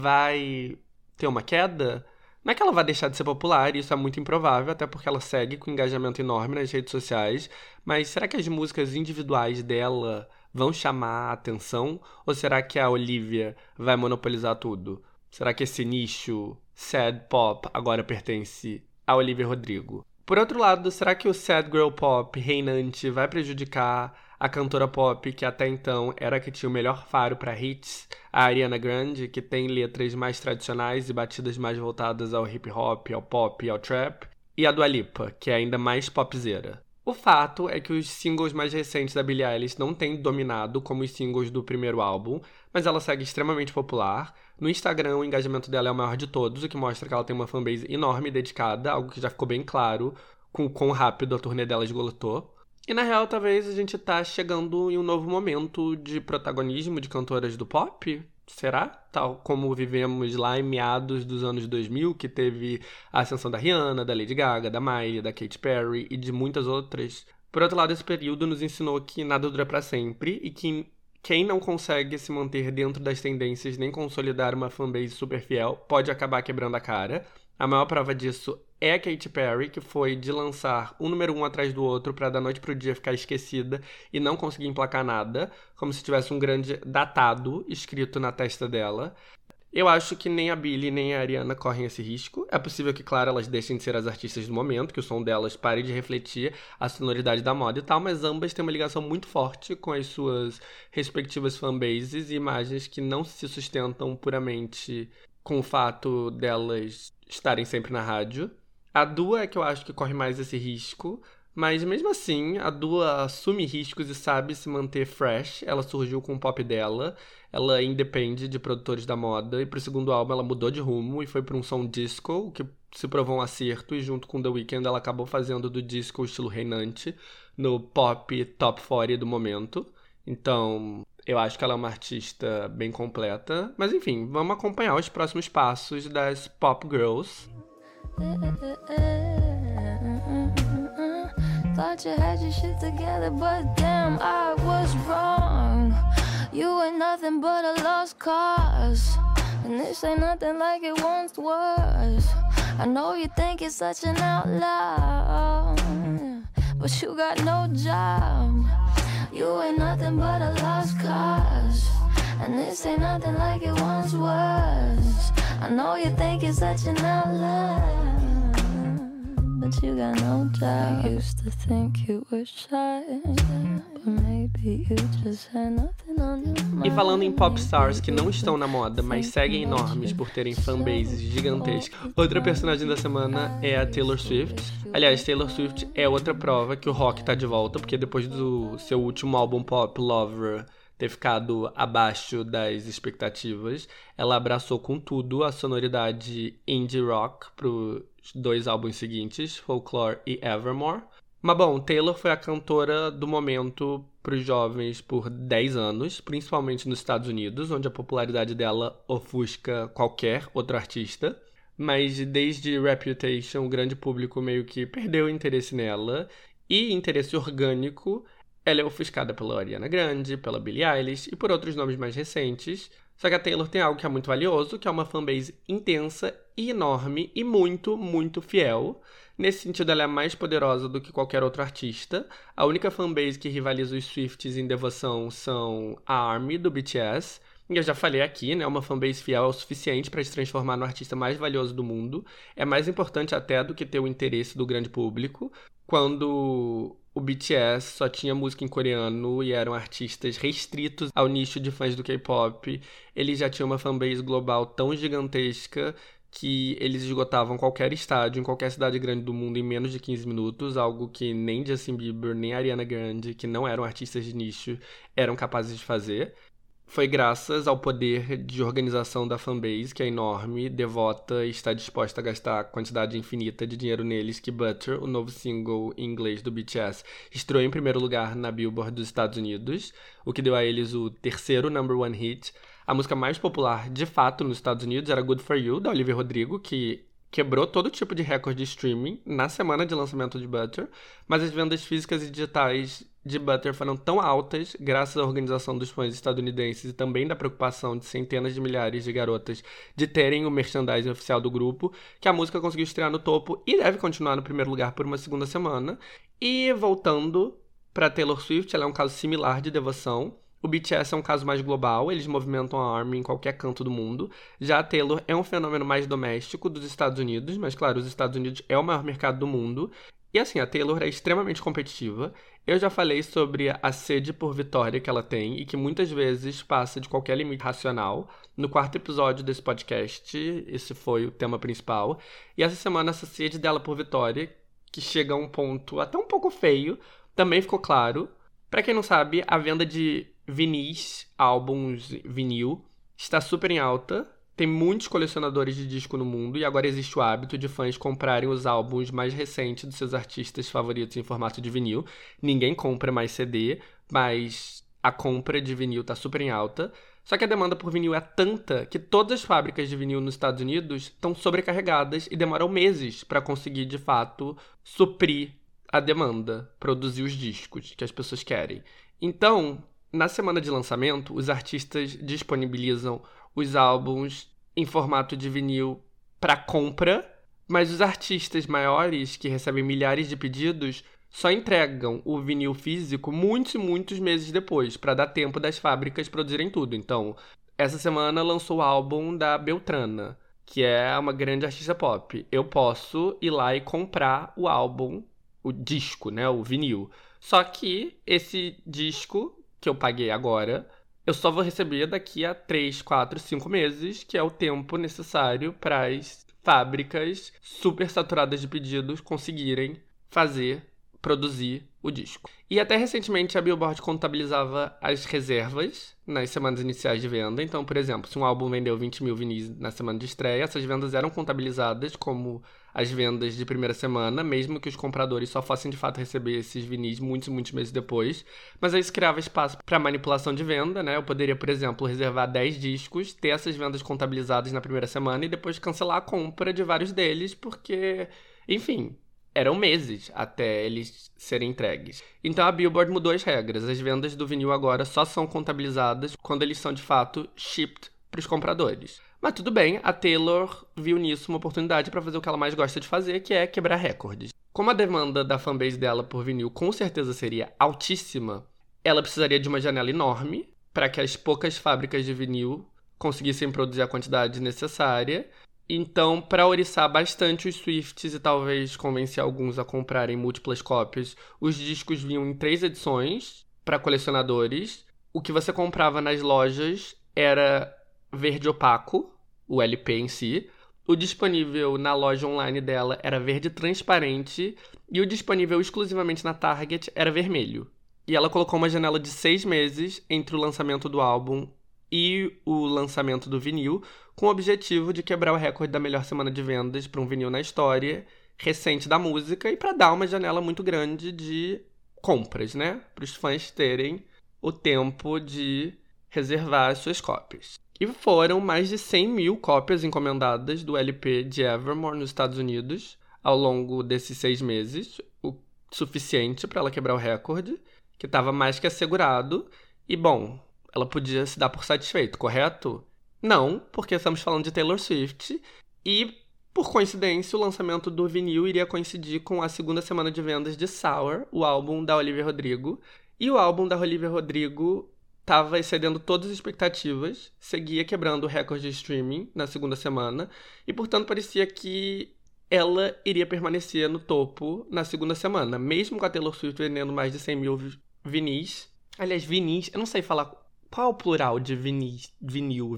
vai ter uma queda? Não é que ela vai deixar de ser popular, isso é muito improvável, até porque ela segue com engajamento enorme nas redes sociais, mas será que as músicas individuais dela vão chamar a atenção? Ou será que a Olivia vai monopolizar tudo? Será que esse nicho sad pop agora pertence a Olivia Rodrigo? Por outro lado, será que o sad girl pop reinante vai prejudicar a cantora pop que até então era a que tinha o melhor faro para hits, a Ariana Grande, que tem letras mais tradicionais e batidas mais voltadas ao hip hop, ao pop e ao trap, e a Dua Lipa, que é ainda mais popzera? O fato é que os singles mais recentes da Billie Eilish não têm dominado como os singles do primeiro álbum, mas ela segue extremamente popular. No Instagram, o engajamento dela é o maior de todos, o que mostra que ela tem uma fanbase enorme e dedicada, algo que já ficou bem claro com o quão rápido a turnê dela esgotou. E na real, talvez a gente tá chegando em um novo momento de protagonismo de cantoras do pop. Será? Tal como vivemos lá em meados dos anos 2000, que teve a ascensão da Rihanna, da Lady Gaga, da Miley, da Katy Perry e de muitas outras. Por outro lado, esse período nos ensinou que nada dura pra sempre e que quem não consegue se manter dentro das tendências nem consolidar uma fanbase super fiel pode acabar quebrando a cara. A maior prova disso é a Katy Perry, que foi de lançar um número 1 atrás do outro pra da noite pro dia ficar esquecida e não conseguir emplacar nada, como se tivesse um grande datado escrito na testa dela. Eu acho que nem a Billie nem a Ariana correm esse risco. É possível que, claro, elas deixem de ser as artistas do momento, que o som delas pare de refletir a sonoridade da moda e tal, mas ambas têm uma ligação muito forte com as suas respectivas fanbases e imagens que não se sustentam puramente com o fato delas estarem sempre na rádio. A Dua é que eu acho que corre mais esse risco, mas mesmo assim, a Dua assume riscos e sabe se manter fresh. Ela surgiu com o pop dela, ela independe de produtores da moda, e pro segundo álbum ela mudou de rumo e foi para um som disco, o que se provou um acerto, e junto com The Weeknd ela acabou fazendo do disco o estilo reinante no pop top 40 do momento. Então, eu acho que ela é uma artista bem completa. Mas enfim, vamos acompanhar os próximos passos das pop girls.
Thought you had your shit together, but damn, I was wrong. You ain't nothing but a lost cause, and this ain't nothing like it once was. I know you think you're such an outlaw, but you got no job. You ain't nothing but a lost cause, and this ain't nothing like it once was. I know you think you're such an outlaw, but but you got no doubt. I used to think you were shy, but maybe you just had nothing on your mind.
E falando em pop stars que não estão na moda, mas seguem enormes por terem fanbases gigantescas, outra personagem da semana é a Taylor Swift. Aliás, Taylor Swift é outra prova que o rock tá de volta, porque depois do seu último álbum pop, Lover, ter ficado abaixo das expectativas, ela abraçou com tudo a sonoridade indie rock pros 2 álbuns seguintes, Folklore e Evermore. Mas bom, Taylor foi a cantora do momento pros jovens por 10 anos, principalmente nos Estados Unidos, onde a popularidade dela ofusca qualquer outro artista. Mas desde Reputation, o grande público meio que perdeu o interesse nela, e interesse orgânico, ela é ofuscada pela Ariana Grande, pela Billie Eilish e por outros nomes mais recentes. Só que a Taylor tem algo que é muito valioso, que é uma fanbase intensa e enorme e muito, muito fiel. Nesse sentido, ela é mais poderosa do que qualquer outro artista. A única fanbase que rivaliza os Swifties em devoção são a ARMY, do BTS. E eu já falei aqui, né? Uma fanbase fiel é o suficiente para se transformar no artista mais valioso do mundo. É mais importante até do que ter o interesse do grande público. Quando o BTS só tinha música em coreano e eram artistas restritos ao nicho de fãs do K-pop, eles já tinham uma fanbase global tão gigantesca que eles esgotavam qualquer estádio em qualquer cidade grande do mundo em menos de 15 minutos, algo que nem Justin Bieber nem Ariana Grande, que não eram artistas de nicho, eram capazes de fazer. Foi graças ao poder de organização da fanbase, que é enorme, devota e está disposta a gastar quantidade infinita de dinheiro neles, que Butter, o novo single em inglês do BTS, estreou em primeiro lugar na Billboard dos Estados Unidos, o que deu a eles o terceiro number one hit. A música mais popular, de fato, nos Estados Unidos era Good For You, da Olivia Rodrigo, que quebrou todo tipo de recorde de streaming na semana de lançamento de Butter, mas as vendas físicas e digitais de Butter foram tão altas, graças à organização dos fãs estadunidenses e também da preocupação de centenas de milhares de garotas de terem o merchandising oficial do grupo, que a música conseguiu estrear no topo e deve continuar no primeiro lugar por uma segunda semana. E voltando para Taylor Swift, ela é um caso similar de devoção. O BTS é um caso mais global, eles movimentam a ARMY em qualquer canto do mundo. Já a Taylor é um fenômeno mais doméstico dos Estados Unidos, mas claro, os Estados Unidos é o maior mercado do mundo. E assim, a Taylor é extremamente competitiva. Eu já falei sobre a sede por vitória que ela tem e que muitas vezes passa de qualquer limite racional. No 4º episódio desse podcast, esse foi o tema principal. E essa semana, essa sede dela por vitória, que chega a um ponto até um pouco feio, também ficou claro. Pra quem não sabe, a venda de vinis, álbuns vinil, está super em alta. Tem muitos colecionadores de disco no mundo e agora existe o hábito de fãs comprarem os álbuns mais recentes dos seus artistas favoritos em formato de vinil. Ninguém compra mais CD, mas a compra de vinil está super em alta. Só que a demanda por vinil é tanta que todas as fábricas de vinil nos Estados Unidos estão sobrecarregadas e demoram meses para conseguir, de fato, suprir a demanda, produzir os discos que as pessoas querem. Então, na semana de lançamento, os artistas disponibilizam os álbuns em formato de vinil para compra, mas os artistas maiores, que recebem milhares de pedidos, só entregam o vinil físico muitos e muitos meses depois, para dar tempo das fábricas produzirem tudo. Então, essa semana lançou o álbum da Beltrana, que é uma grande artista pop. Eu posso ir lá e comprar o álbum, o disco, né, o vinil. Só que esse disco que eu paguei agora, eu só vou receber daqui a 3, 4, 5 meses, que é o tempo necessário para as fábricas super saturadas de pedidos conseguirem produzir o disco. E até recentemente a Billboard contabilizava as reservas nas semanas iniciais de venda. Então, por exemplo, se um álbum vendeu 20 mil vinis na semana de estreia, essas vendas eram contabilizadas como as vendas de primeira semana, mesmo que os compradores só fossem de fato receber esses vinis muitos meses depois. Mas aí isso criava espaço para manipulação de venda, né? Eu poderia, por exemplo, reservar 10 discos, ter essas vendas contabilizadas na primeira semana e depois cancelar a compra de vários deles, porque, enfim, eram meses até eles serem entregues. Então a Billboard mudou as regras. As vendas do vinil agora só são contabilizadas quando eles são de fato shipped para os compradores. Mas tudo bem, a Taylor viu nisso uma oportunidade para fazer o que ela mais gosta de fazer, que é quebrar recordes. Como a demanda da fanbase dela por vinil com certeza seria altíssima, ela precisaria de uma janela enorme para que as poucas fábricas de vinil conseguissem produzir a quantidade necessária. Então, para oriçar bastante os Swifties e talvez convencer alguns a comprarem múltiplas cópias, os discos vinham em 3 edições para colecionadores. O que você comprava nas lojas era verde opaco, o LP em si. O disponível na loja online dela era verde transparente e o disponível exclusivamente na Target era vermelho. E ela colocou uma janela de 6 meses entre o lançamento do álbum e o lançamento do vinil, com o objetivo de quebrar o recorde da melhor semana de vendas para um vinil na história recente da música e para dar uma janela muito grande de compras, né? Para os fãs terem o tempo de reservar as suas cópias. E foram mais de 100 mil cópias encomendadas do LP de Evermore nos Estados Unidos ao longo desses 6 meses, o suficiente para ela quebrar o recorde, que estava mais que assegurado. E, bom, ela podia se dar por satisfeito, correto? Não, porque estamos falando de Taylor Swift e, por coincidência, o lançamento do vinil iria coincidir com a 2ª semana de vendas de Sour, o álbum da Olivia Rodrigo. E o álbum da Olivia Rodrigo estava excedendo todas as expectativas, seguia quebrando o recorde de streaming na 2ª semana e, portanto, parecia que ela iria permanecer no topo na 2ª semana, mesmo com a Taylor Swift vendendo mais de 100 mil vinis. Aliás, vinis, eu não sei falar qual é o plural de vinil,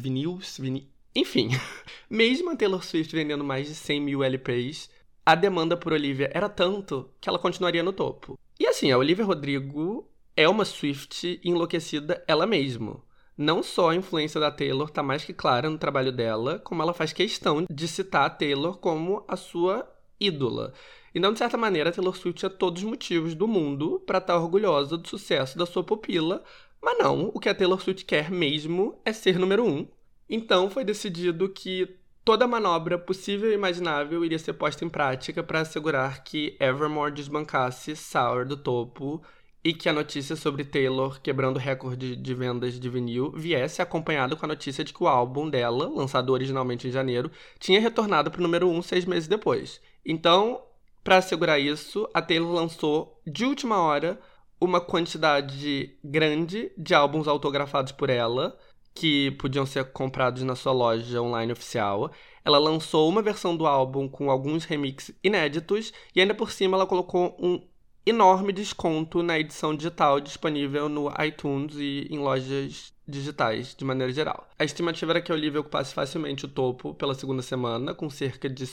enfim. Mesmo a Taylor Swift vendendo mais de 100 mil LPs, a demanda por Olivia era tanto que ela continuaria no topo. E assim, a Olivia Rodrigo é uma Swift enlouquecida ela mesma. Não só a influência da Taylor está mais que clara no trabalho dela, como ela faz questão de citar a Taylor como a sua ídola. Então, de certa maneira, a Taylor Swift tinha todos os motivos do mundo para estar orgulhosa do sucesso da sua pupila, mas não, o que a Taylor Swift quer mesmo é ser número 1. Então, foi decidido que toda manobra possível e imaginável iria ser posta em prática para assegurar que Evermore desbancasse Sour do topo e que a notícia sobre Taylor quebrando o recorde de vendas de vinil viesse acompanhado com a notícia de que o álbum dela, lançado originalmente em janeiro, tinha retornado para o número 1 6 meses depois. Então, para assegurar isso, a Taylor lançou, de última hora, uma quantidade grande de álbuns autografados por ela, que podiam ser comprados na sua loja online oficial. Ela lançou uma versão do álbum com alguns remixes inéditos e ainda por cima ela colocou um enorme desconto na edição digital disponível no iTunes e em lojas digitais, de maneira geral. A estimativa era que a Olivia ocupasse facilmente o topo pela 2ª semana, com cerca de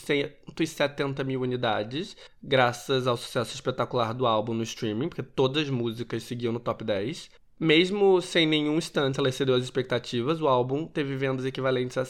170 mil unidades, graças ao sucesso espetacular do álbum no streaming, porque todas as músicas seguiam no top 10. Mesmo sem nenhum instante ela excedeu as expectativas, o álbum teve vendas equivalentes a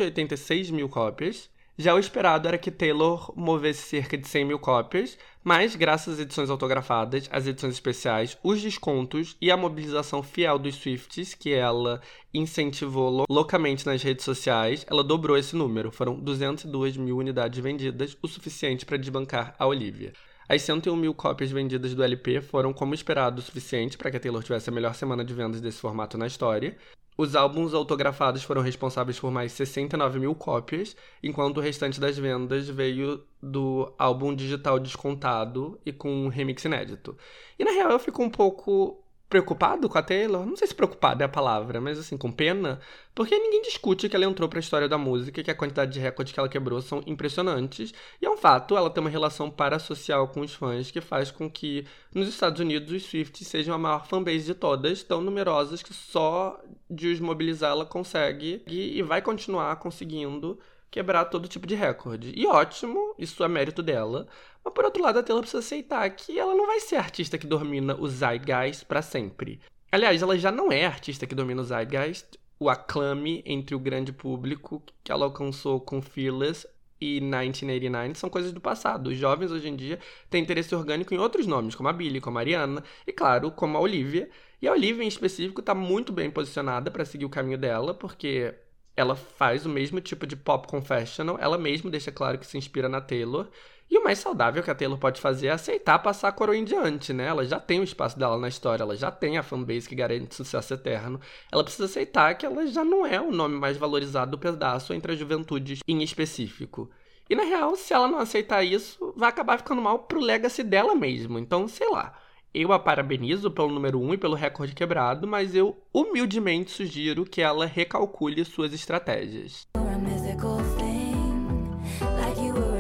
186 mil cópias. Já o esperado era que Taylor movesse cerca de 100 mil cópias, mas graças às edições autografadas, às edições especiais, os descontos e a mobilização fiel dos Swifties, que ela incentivou loucamente nas redes sociais, ela dobrou esse número. Foram 202 mil unidades vendidas, o suficiente para desbancar a Olivia. As 101 mil cópias vendidas do LP foram, como esperado, o suficiente para que a Taylor tivesse a melhor semana de vendas desse formato na história. Os álbuns autografados foram responsáveis por mais 69 mil cópias, enquanto o restante das vendas veio do álbum digital descontado e com um remix inédito. E na real eu fico um pouco preocupado com a Taylor, não sei se preocupado é a palavra, mas assim, com pena, porque ninguém discute que ela entrou pra história da música e que a quantidade de recordes que ela quebrou são impressionantes, e é um fato, ela tem uma relação parasocial com os fãs que faz com que nos Estados Unidos os Swifties sejam a maior fanbase de todas, tão numerosas que só de os mobilizar ela consegue e vai continuar conseguindo quebrar todo tipo de recorde. E ótimo, isso é mérito dela. Mas por outro lado, a Taylor precisa aceitar que ela não vai ser a artista que domina o Zeitgeist pra sempre. Aliás, ela já não é a artista que domina o Zeitgeist. O aclame entre o grande público que ela alcançou com Fearless e 1989 são coisas do passado. Os jovens hoje em dia têm interesse orgânico em outros nomes, como a Billie, como a Ariana e, claro, como a Olivia. E a Olivia, em específico, está muito bem posicionada para seguir o caminho dela, porque ela faz o mesmo tipo de pop confessional, ela mesma deixa claro que se inspira na Taylor, e o mais saudável que a Taylor pode fazer é aceitar passar a coroa em diante, né? Ela já tem o espaço dela na história, ela já tem a fanbase que garante sucesso eterno, ela precisa aceitar que ela já não é o nome mais valorizado do pedaço entre as juventudes em específico. E na real, se ela não aceitar isso, vai acabar ficando mal pro legacy dela mesmo, então sei lá. Eu a parabenizo pelo número 1 e pelo recorde quebrado, mas eu humildemente sugiro que ela recalcule suas estratégias.
You're a mythical thing,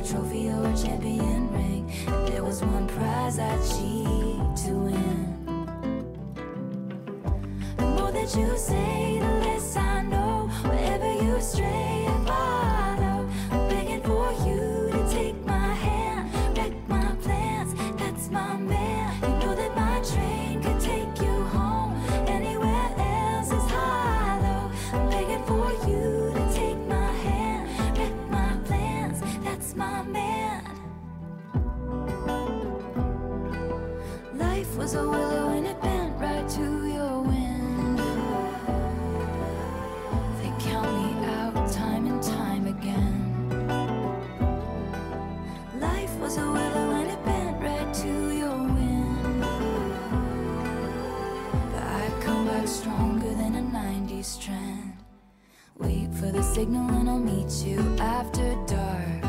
trophy or a champion ring. If there was one prize I'd cheat to win. The more that you say, the less I know. Wherever you stray, I follow. I'm begging for you to take my hand, wreck my plans, that's my man. You know that my train could take you home. Anywhere else is hollow. I'm begging for you to take my hand, wreck my plans, that's my man. Life was a willow and it bent right to your window. They count me out time and time again. Life was a willow and it bent right to your window. But I come back stronger than a 90s trend. Wait for the signal and I'll meet you after dark.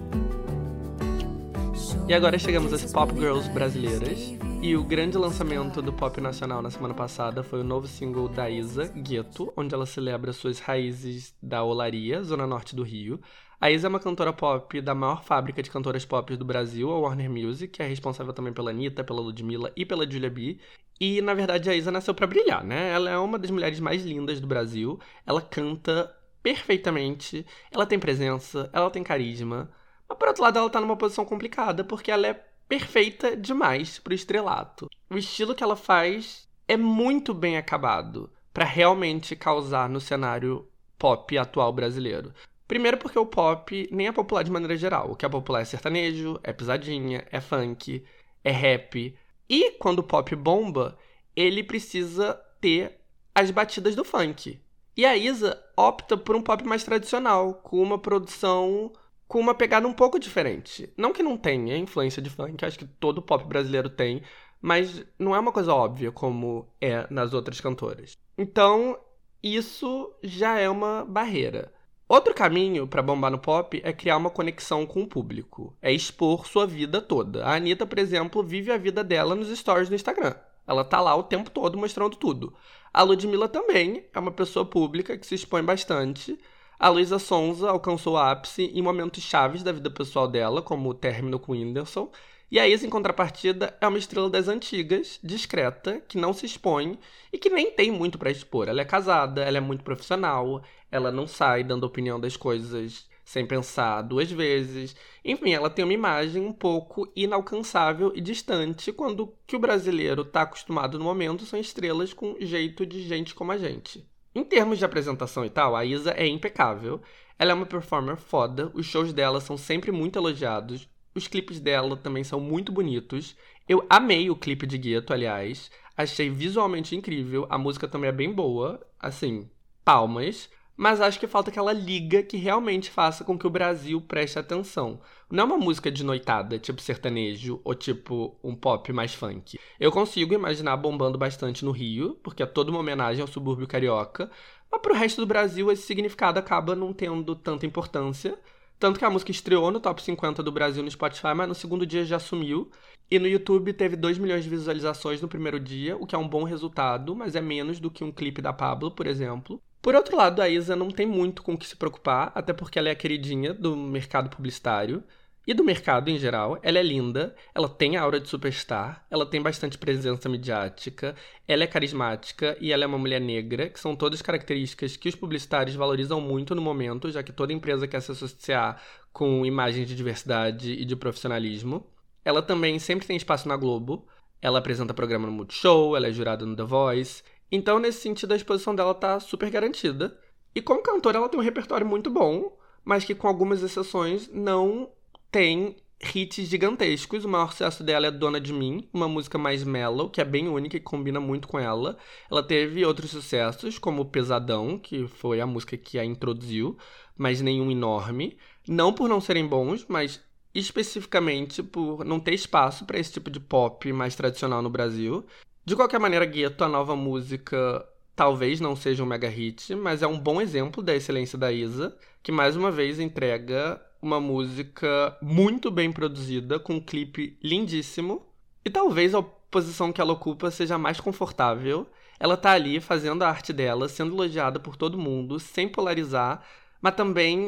E agora chegamos às pop girls brasileiras. E o grande lançamento do pop nacional na semana passada foi o novo single da Isa, Gueto, onde ela celebra suas raízes da Olaria, zona norte do Rio. A Isa é uma cantora pop da maior fábrica de cantoras pop do Brasil, a Warner Music, que é responsável também pela Anitta, pela Ludmilla e pela Julia B. E, na verdade, a Isa nasceu pra brilhar, né? Ela é uma das mulheres mais lindas do Brasil, ela canta perfeitamente, ela tem presença, ela tem carisma. Mas, por outro lado, ela tá numa posição complicada, porque ela é perfeita demais pro estrelato. O estilo que ela faz é muito bem acabado pra realmente causar no cenário pop atual brasileiro. Primeiro porque o pop nem é popular de maneira geral. O que é popular é sertanejo, é pisadinha, é funk, é rap. E quando o pop bomba, ele precisa ter as batidas do funk. E a Isa opta por um pop mais tradicional, com uma produção com uma pegada um pouco diferente. Não que não tenha influência de funk, acho que todo pop brasileiro tem, mas não é uma coisa óbvia como é nas outras cantoras. Então, isso já é uma barreira. Outro caminho pra bombar no pop é criar uma conexão com o público. É expor sua vida toda. A Anitta, por exemplo, vive a vida dela nos stories do Instagram. Ela tá lá o tempo todo mostrando tudo. A Ludmilla também é uma pessoa pública que se expõe bastante. A Luísa Sonza alcançou o ápice em momentos chaves da vida pessoal dela, como o término com o Whindersson. E a Isa, em contrapartida, é uma estrela das antigas, discreta, que não se expõe e que nem tem muito pra expor. Ela é casada, ela é muito profissional, ela não sai dando opinião das coisas sem pensar duas vezes. Enfim, ela tem uma imagem um pouco inalcançável e distante, quando o que o brasileiro tá acostumado no momento são estrelas com jeito de gente como a gente. Em termos de apresentação e tal, a Isa é impecável. Ela é uma performer foda, os shows dela são sempre muito elogiados, os clipes dela também são muito bonitos. Eu amei o clipe de Gueto, aliás. Achei visualmente incrível, a música também é bem boa, assim, palmas. Mas acho que falta aquela liga que realmente faça com que o Brasil preste atenção. Não é uma música de noitada, tipo sertanejo, ou tipo um pop mais funk. Eu consigo imaginar bombando bastante no Rio, porque é toda uma homenagem ao subúrbio carioca, mas pro resto do Brasil esse significado acaba não tendo tanta importância. Tanto que a música estreou no top 50 do Brasil no Spotify, mas no segundo dia já sumiu. E no YouTube teve 2 milhões de visualizações no primeiro dia, o que é um bom resultado, mas é menos do que um clipe da Pabllo, por exemplo. Por outro lado, a Isa não tem muito com o que se preocupar, até porque ela é a queridinha do mercado publicitário e do mercado em geral. Ela é linda, ela tem a aura de superstar, ela tem bastante presença midiática, ela é carismática e ela é uma mulher negra, que são todas características que os publicitários valorizam muito no momento, já que toda empresa quer se associar com imagens de diversidade e de profissionalismo. Ela também sempre tem espaço na Globo, ela apresenta programa no Multishow, ela é jurada no The Voice. Então, nesse sentido, a exposição dela tá super garantida. E como cantora, ela tem um repertório muito bom, mas que, com algumas exceções, não tem hits gigantescos. O maior sucesso dela é Dona de Mim, uma música mais mellow, que é bem única e combina muito com ela. Ela teve outros sucessos, como Pesadão, que foi a música que a introduziu, mas nenhum enorme. Não por não serem bons, mas especificamente por não ter espaço para esse tipo de pop mais tradicional no Brasil. De qualquer maneira, Gueto, a nova música, talvez não seja um mega hit, mas é um bom exemplo da excelência da Isa, que mais uma vez entrega uma música muito bem produzida, com um clipe lindíssimo. E talvez a posição que ela ocupa seja mais confortável. Ela tá ali fazendo a arte dela, sendo elogiada por todo mundo, sem polarizar, mas também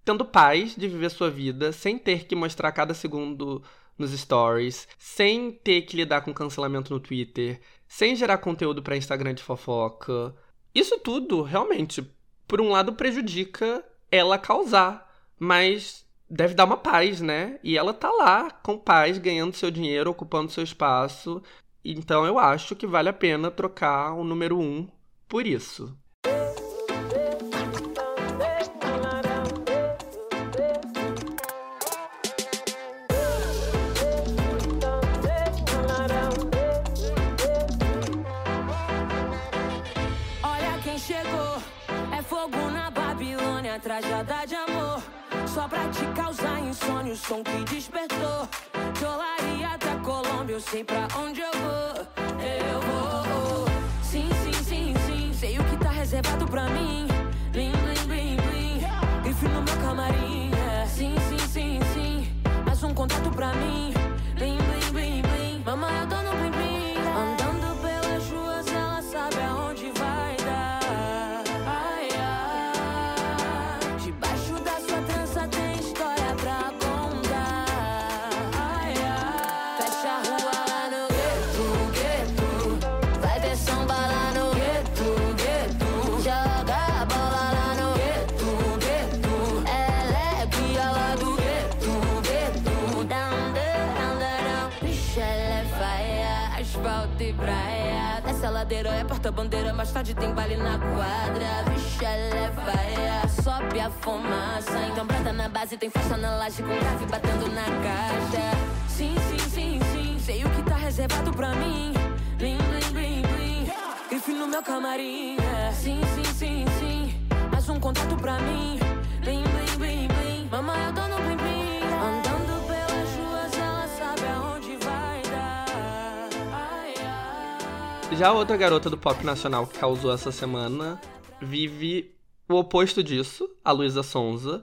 tendo paz de viver sua vida, sem ter que mostrar cada segundo nos stories, sem ter que lidar com cancelamento no Twitter, sem gerar conteúdo pra Instagram de fofoca. Isso tudo, realmente, por um lado prejudica ela causar, mas deve dar uma paz, né? E ela tá lá com paz, ganhando seu dinheiro, ocupando seu espaço. Então eu acho que vale a pena trocar o número 1 por isso.
Olha quem chegou, é fogo na Babilônia, trajada de amor. Só pra te causar insônia, o som que despertou. De Olaria até Colômbia, eu sei pra onde eu vou. Eu vou. Sim, sim, sim, sim, sei o que tá reservado pra mim. Blim, blim, blim, blim, grife no meu camarim. Sim, sim, sim, sim, mais um contato pra mim. Blim, blim, blim, blim, mamãe, eu tô no blim, blim. Andando pelas ruas, ela sabe aonde vai dar. Ai, ai, debaixo da sua trança tem história pra contar. Ai, ai, fecha a rua lá no gueto, gueto. Vai ver samba lá no gueto, gueto. Joga a bola lá no gueto, gueto. Ela é guia lá do gueto, gueto. Down, down, down. Bicha, ela é faia, asfalto e praia. Desce a ladeira, é porta-bandeira, mais tarde tem baile na quadra. Bicha, ela é faia, sobe a fumaça. Então brota na base, tem festa na laje com grave batendo na caixa. Sim, sim, sim, sim, sei o que tá reservado pra mim. Blim, blim, blim, blim, grife no meu camarim. Sim, sim, sim, sim, mais um contato pra mim. Blim, blim, blim, blim, mamãe, eu tô no blim, blim. Andando pelas ruas, ela sabe aonde vai dar. Ai, ai.
Já a outra garota do pop nacional que causou essa semana vive o oposto disso, a Luísa Sonza.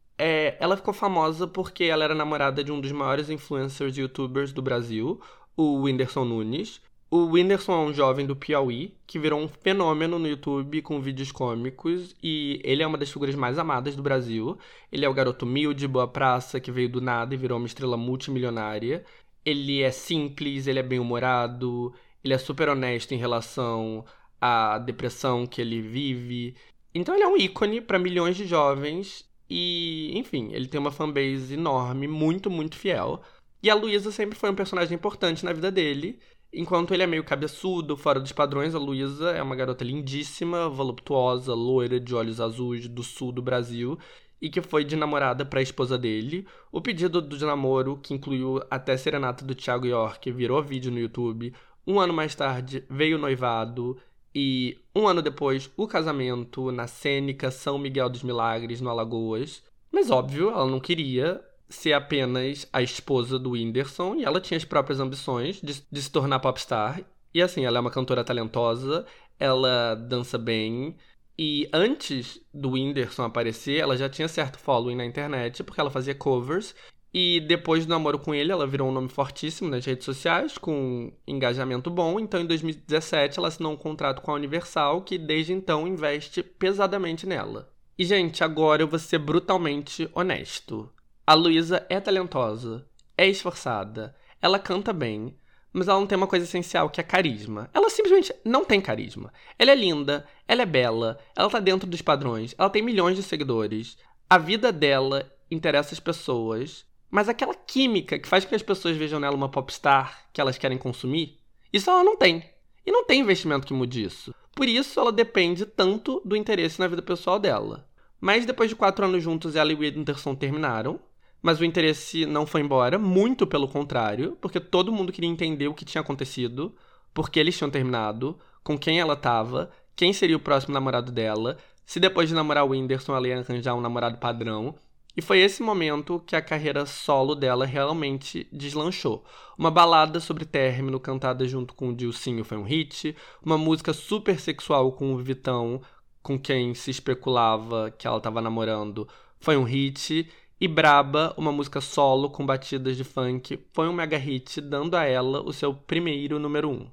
Ela ficou famosa porque ela era namorada de um dos maiores influencers youtubers do Brasil, o Whindersson Nunes. O Whindersson é um jovem do Piauí que virou um fenômeno no YouTube com vídeos cômicos e ele é uma das figuras mais amadas do Brasil. Ele é o garoto humilde, boa praça, que veio do nada e virou uma estrela multimilionária. Ele é simples, ele é bem-humorado, ele é super honesto em relação à depressão que ele vive. Então ele é um ícone para milhões de jovens e, enfim, ele tem uma fanbase enorme, muito, muito fiel. E a Luísa sempre foi um personagem importante na vida dele. Enquanto ele é meio cabeçudo, fora dos padrões, a Luísa é uma garota lindíssima, voluptuosa, loira, de olhos azuis, do sul do Brasil, e que foi de namorada para a esposa dele. O pedido de namoro, que incluiu até serenata do Thiago York, virou vídeo no YouTube. Um ano mais tarde, veio o noivado, e um ano depois, o casamento na cênica São Miguel dos Milagres, no Alagoas. Mas, óbvio, ela não queria ser apenas a esposa do Whindersson, e ela tinha as próprias ambições de se tornar popstar. E assim, ela é uma cantora talentosa, ela dança bem, e antes do Whindersson aparecer, ela já tinha certo following na internet, porque ela fazia covers, e depois do namoro com ele, ela virou um nome fortíssimo nas redes sociais, com engajamento bom. Então, em 2017, ela assinou um contrato com a Universal, que desde então investe pesadamente nela. E, gente, agora eu vou ser brutalmente honesto. A Luísa é talentosa, é esforçada, ela canta bem, mas ela não tem uma coisa essencial que é carisma. Ela simplesmente não tem carisma. Ela é linda, ela é bela, ela tá dentro dos padrões, ela tem milhões de seguidores. A vida dela interessa as pessoas, mas aquela química que faz com que as pessoas vejam nela uma popstar que elas querem consumir, isso ela não tem. E não tem investimento que mude isso. Por isso ela depende tanto do interesse na vida pessoal dela. Mas depois de 4 anos juntos, ela e o Whindersson terminaram. Mas o interesse não foi embora, muito pelo contrário, porque todo mundo queria entender o que tinha acontecido, por que eles tinham terminado, com quem ela tava, quem seria o próximo namorado dela, se depois de namorar o Whindersson ela ia arranjar um namorado padrão. E foi esse momento que a carreira solo dela realmente deslanchou. Uma balada sobre término cantada junto com o Dilcinho foi um hit, uma música super sexual com o Vitão, com quem se especulava que ela estava namorando, foi um hit. E Braba, uma música solo com batidas de funk, foi um mega hit, dando a ela o seu primeiro número 1.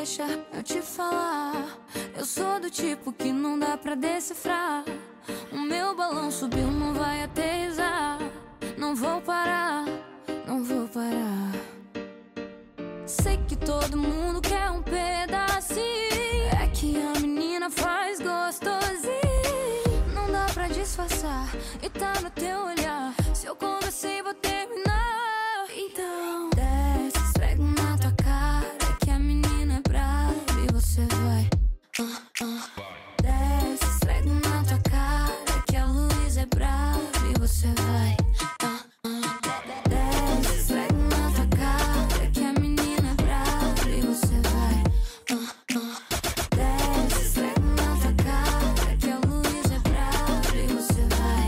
Deixa eu te falar, eu sou do tipo que não dá pra decifrar. O meu balão subiu, não vai aterrissar. Não vou parar, não vou parar. Sei que todo mundo quer um pedacinho. É que a menina faz gostosinho. Não dá pra disfarçar e tá no teu olhar. Se eu comecei, vou terminar. Então desce, esfrega na tua cara que a menina é brava e você vai. Desce, esfrega na tua cara que a luz é brava e você vai. Desce, esfrega na tua cara que a menina é brava e você vai. Desce, esfrega na tua cara que a luz é brava e você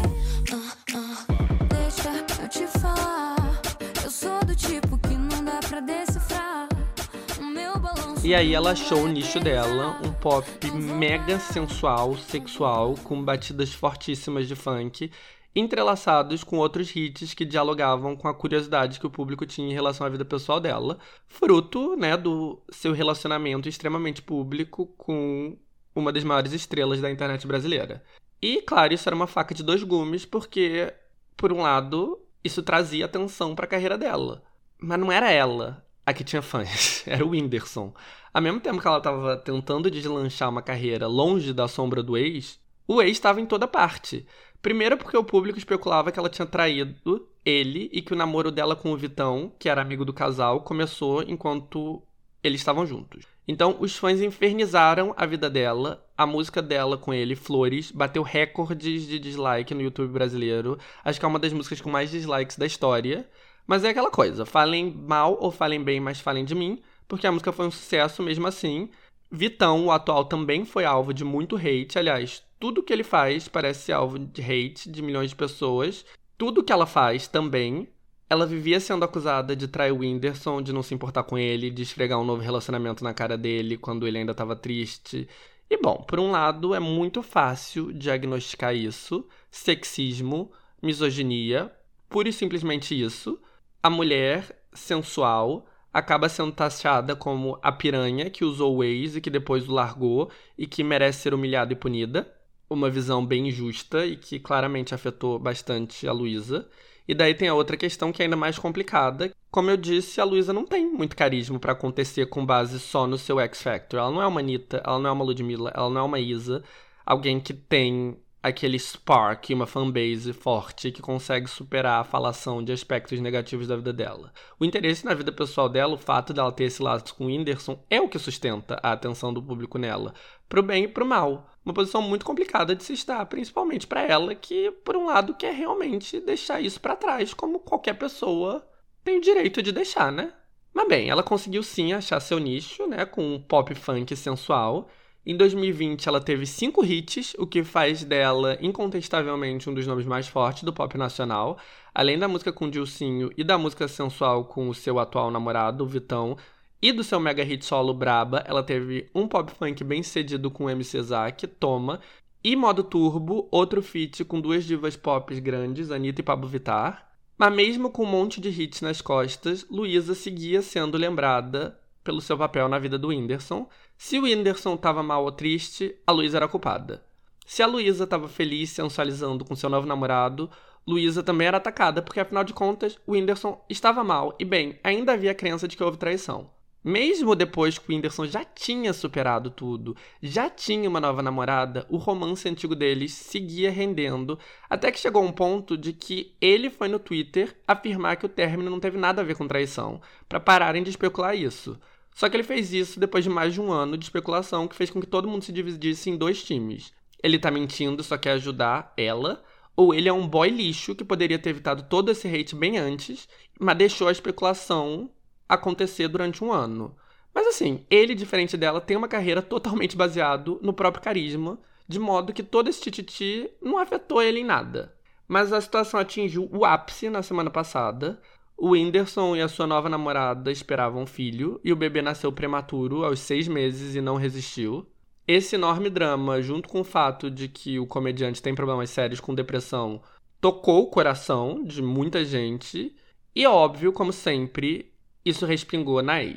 vai. Deixa eu te falar, eu sou do tipo que não dá pra decifrar. O meu balão.
E aí ela achou o nicho dela, um pop mega sensual, sexual, com batidas fortíssimas de funk, entrelaçados com outros hits que dialogavam com a curiosidade que o público tinha em relação à vida pessoal dela, fruto, né, do seu relacionamento extremamente público com uma das maiores estrelas da internet brasileira. E, claro, isso era uma faca de dois gumes, porque, por um lado, isso trazia atenção para a carreira dela. Mas não era ela a que tinha fãs, era o Whindersson. Ao mesmo tempo que ela estava tentando deslanchar uma carreira longe da sombra do ex, o ex estava em toda parte. Primeiro porque o público especulava que ela tinha traído ele e que o namoro dela com o Vitão, que era amigo do casal, começou enquanto eles estavam juntos. Então, os fãs infernizaram a vida dela, a música dela com ele, Flores, bateu recordes de dislike no YouTube brasileiro. Acho que é uma das músicas com mais dislikes da história. Mas é aquela coisa, falem mal ou falem bem, mas falem de mim, porque a música foi um sucesso mesmo assim. Vitão, o atual, também foi alvo de muito hate. Aliás, tudo que ele faz parece ser alvo de hate de milhões de pessoas. Tudo que ela faz também. Ela vivia sendo acusada de trair o Whindersson, de não se importar com ele, de esfregar um novo relacionamento na cara dele quando ele ainda estava triste. E bom, por um lado, é muito fácil diagnosticar isso. Sexismo, misoginia, pura e simplesmente isso. A mulher sensual acaba sendo taxada como a piranha que usou o ex e que depois o largou e que merece ser humilhada e punida. Uma visão bem injusta e que claramente afetou bastante a Luísa. E daí tem a outra questão que é ainda mais complicada. Como eu disse, a Luísa não tem muito carisma pra acontecer com base só no seu X Factor. Ela não é uma Anitta, ela não é uma Ludmilla, ela não é uma Isa. Alguém que tem aquele spark, uma fanbase forte que consegue superar a falação de aspectos negativos da vida dela. O interesse na vida pessoal dela, o fato dela ter esse laço com o Whindersson, é o que sustenta a atenção do público nela, pro bem e pro mal. Uma posição muito complicada de se estar, principalmente pra ela, que, por um lado, quer realmente deixar isso pra trás, como qualquer pessoa tem o direito de deixar, né? Mas bem, ela conseguiu sim achar seu nicho, né, com um pop funk sensual. Em 2020, ela teve 5 hits, o que faz dela, incontestavelmente, um dos nomes mais fortes do pop nacional. Além da música com Dilcinho e da música sensual com o seu atual namorado, o Vitão, e do seu mega hit solo Braba, ela teve um pop funk bem cedido com o MC Zack, Toma, e Modo Turbo, outro feat com duas divas pop grandes, Anitta e Pablo Vittar. Mas mesmo com um monte de hits nas costas, Luísa seguia sendo lembrada pelo seu papel na vida do Whindersson. Se o Whindersson estava mal ou triste, a Luísa era a culpada. Se a Luísa estava feliz sensualizando com seu novo namorado, Luísa também era atacada, porque afinal de contas, o Whindersson estava mal e, bem, ainda havia a crença de que houve traição. Mesmo depois que o Whindersson já tinha superado tudo, já tinha uma nova namorada, o romance antigo deles seguia rendendo, até que chegou um ponto de que ele foi no Twitter afirmar que o término não teve nada a ver com traição, para pararem de especular isso. Só que ele fez isso depois de mais de um ano de especulação que fez com que todo mundo se dividisse em 2 times. Ele tá mentindo, só quer ajudar ela, ou ele é um boy lixo que poderia ter evitado todo esse hate bem antes, mas deixou a especulação acontecer durante um ano. Mas assim, ele, diferente dela, tem uma carreira totalmente baseado no próprio carisma, de modo que todo esse tititi não afetou ele em nada. Mas a situação atingiu o ápice na semana passada. O Whindersson e a sua nova namorada esperavam um filho, e o bebê nasceu prematuro aos 6 meses e não resistiu. Esse enorme drama, junto com o fato de que o comediante tem problemas sérios com depressão, tocou o coração de muita gente, e óbvio, como sempre, isso respingou na ex.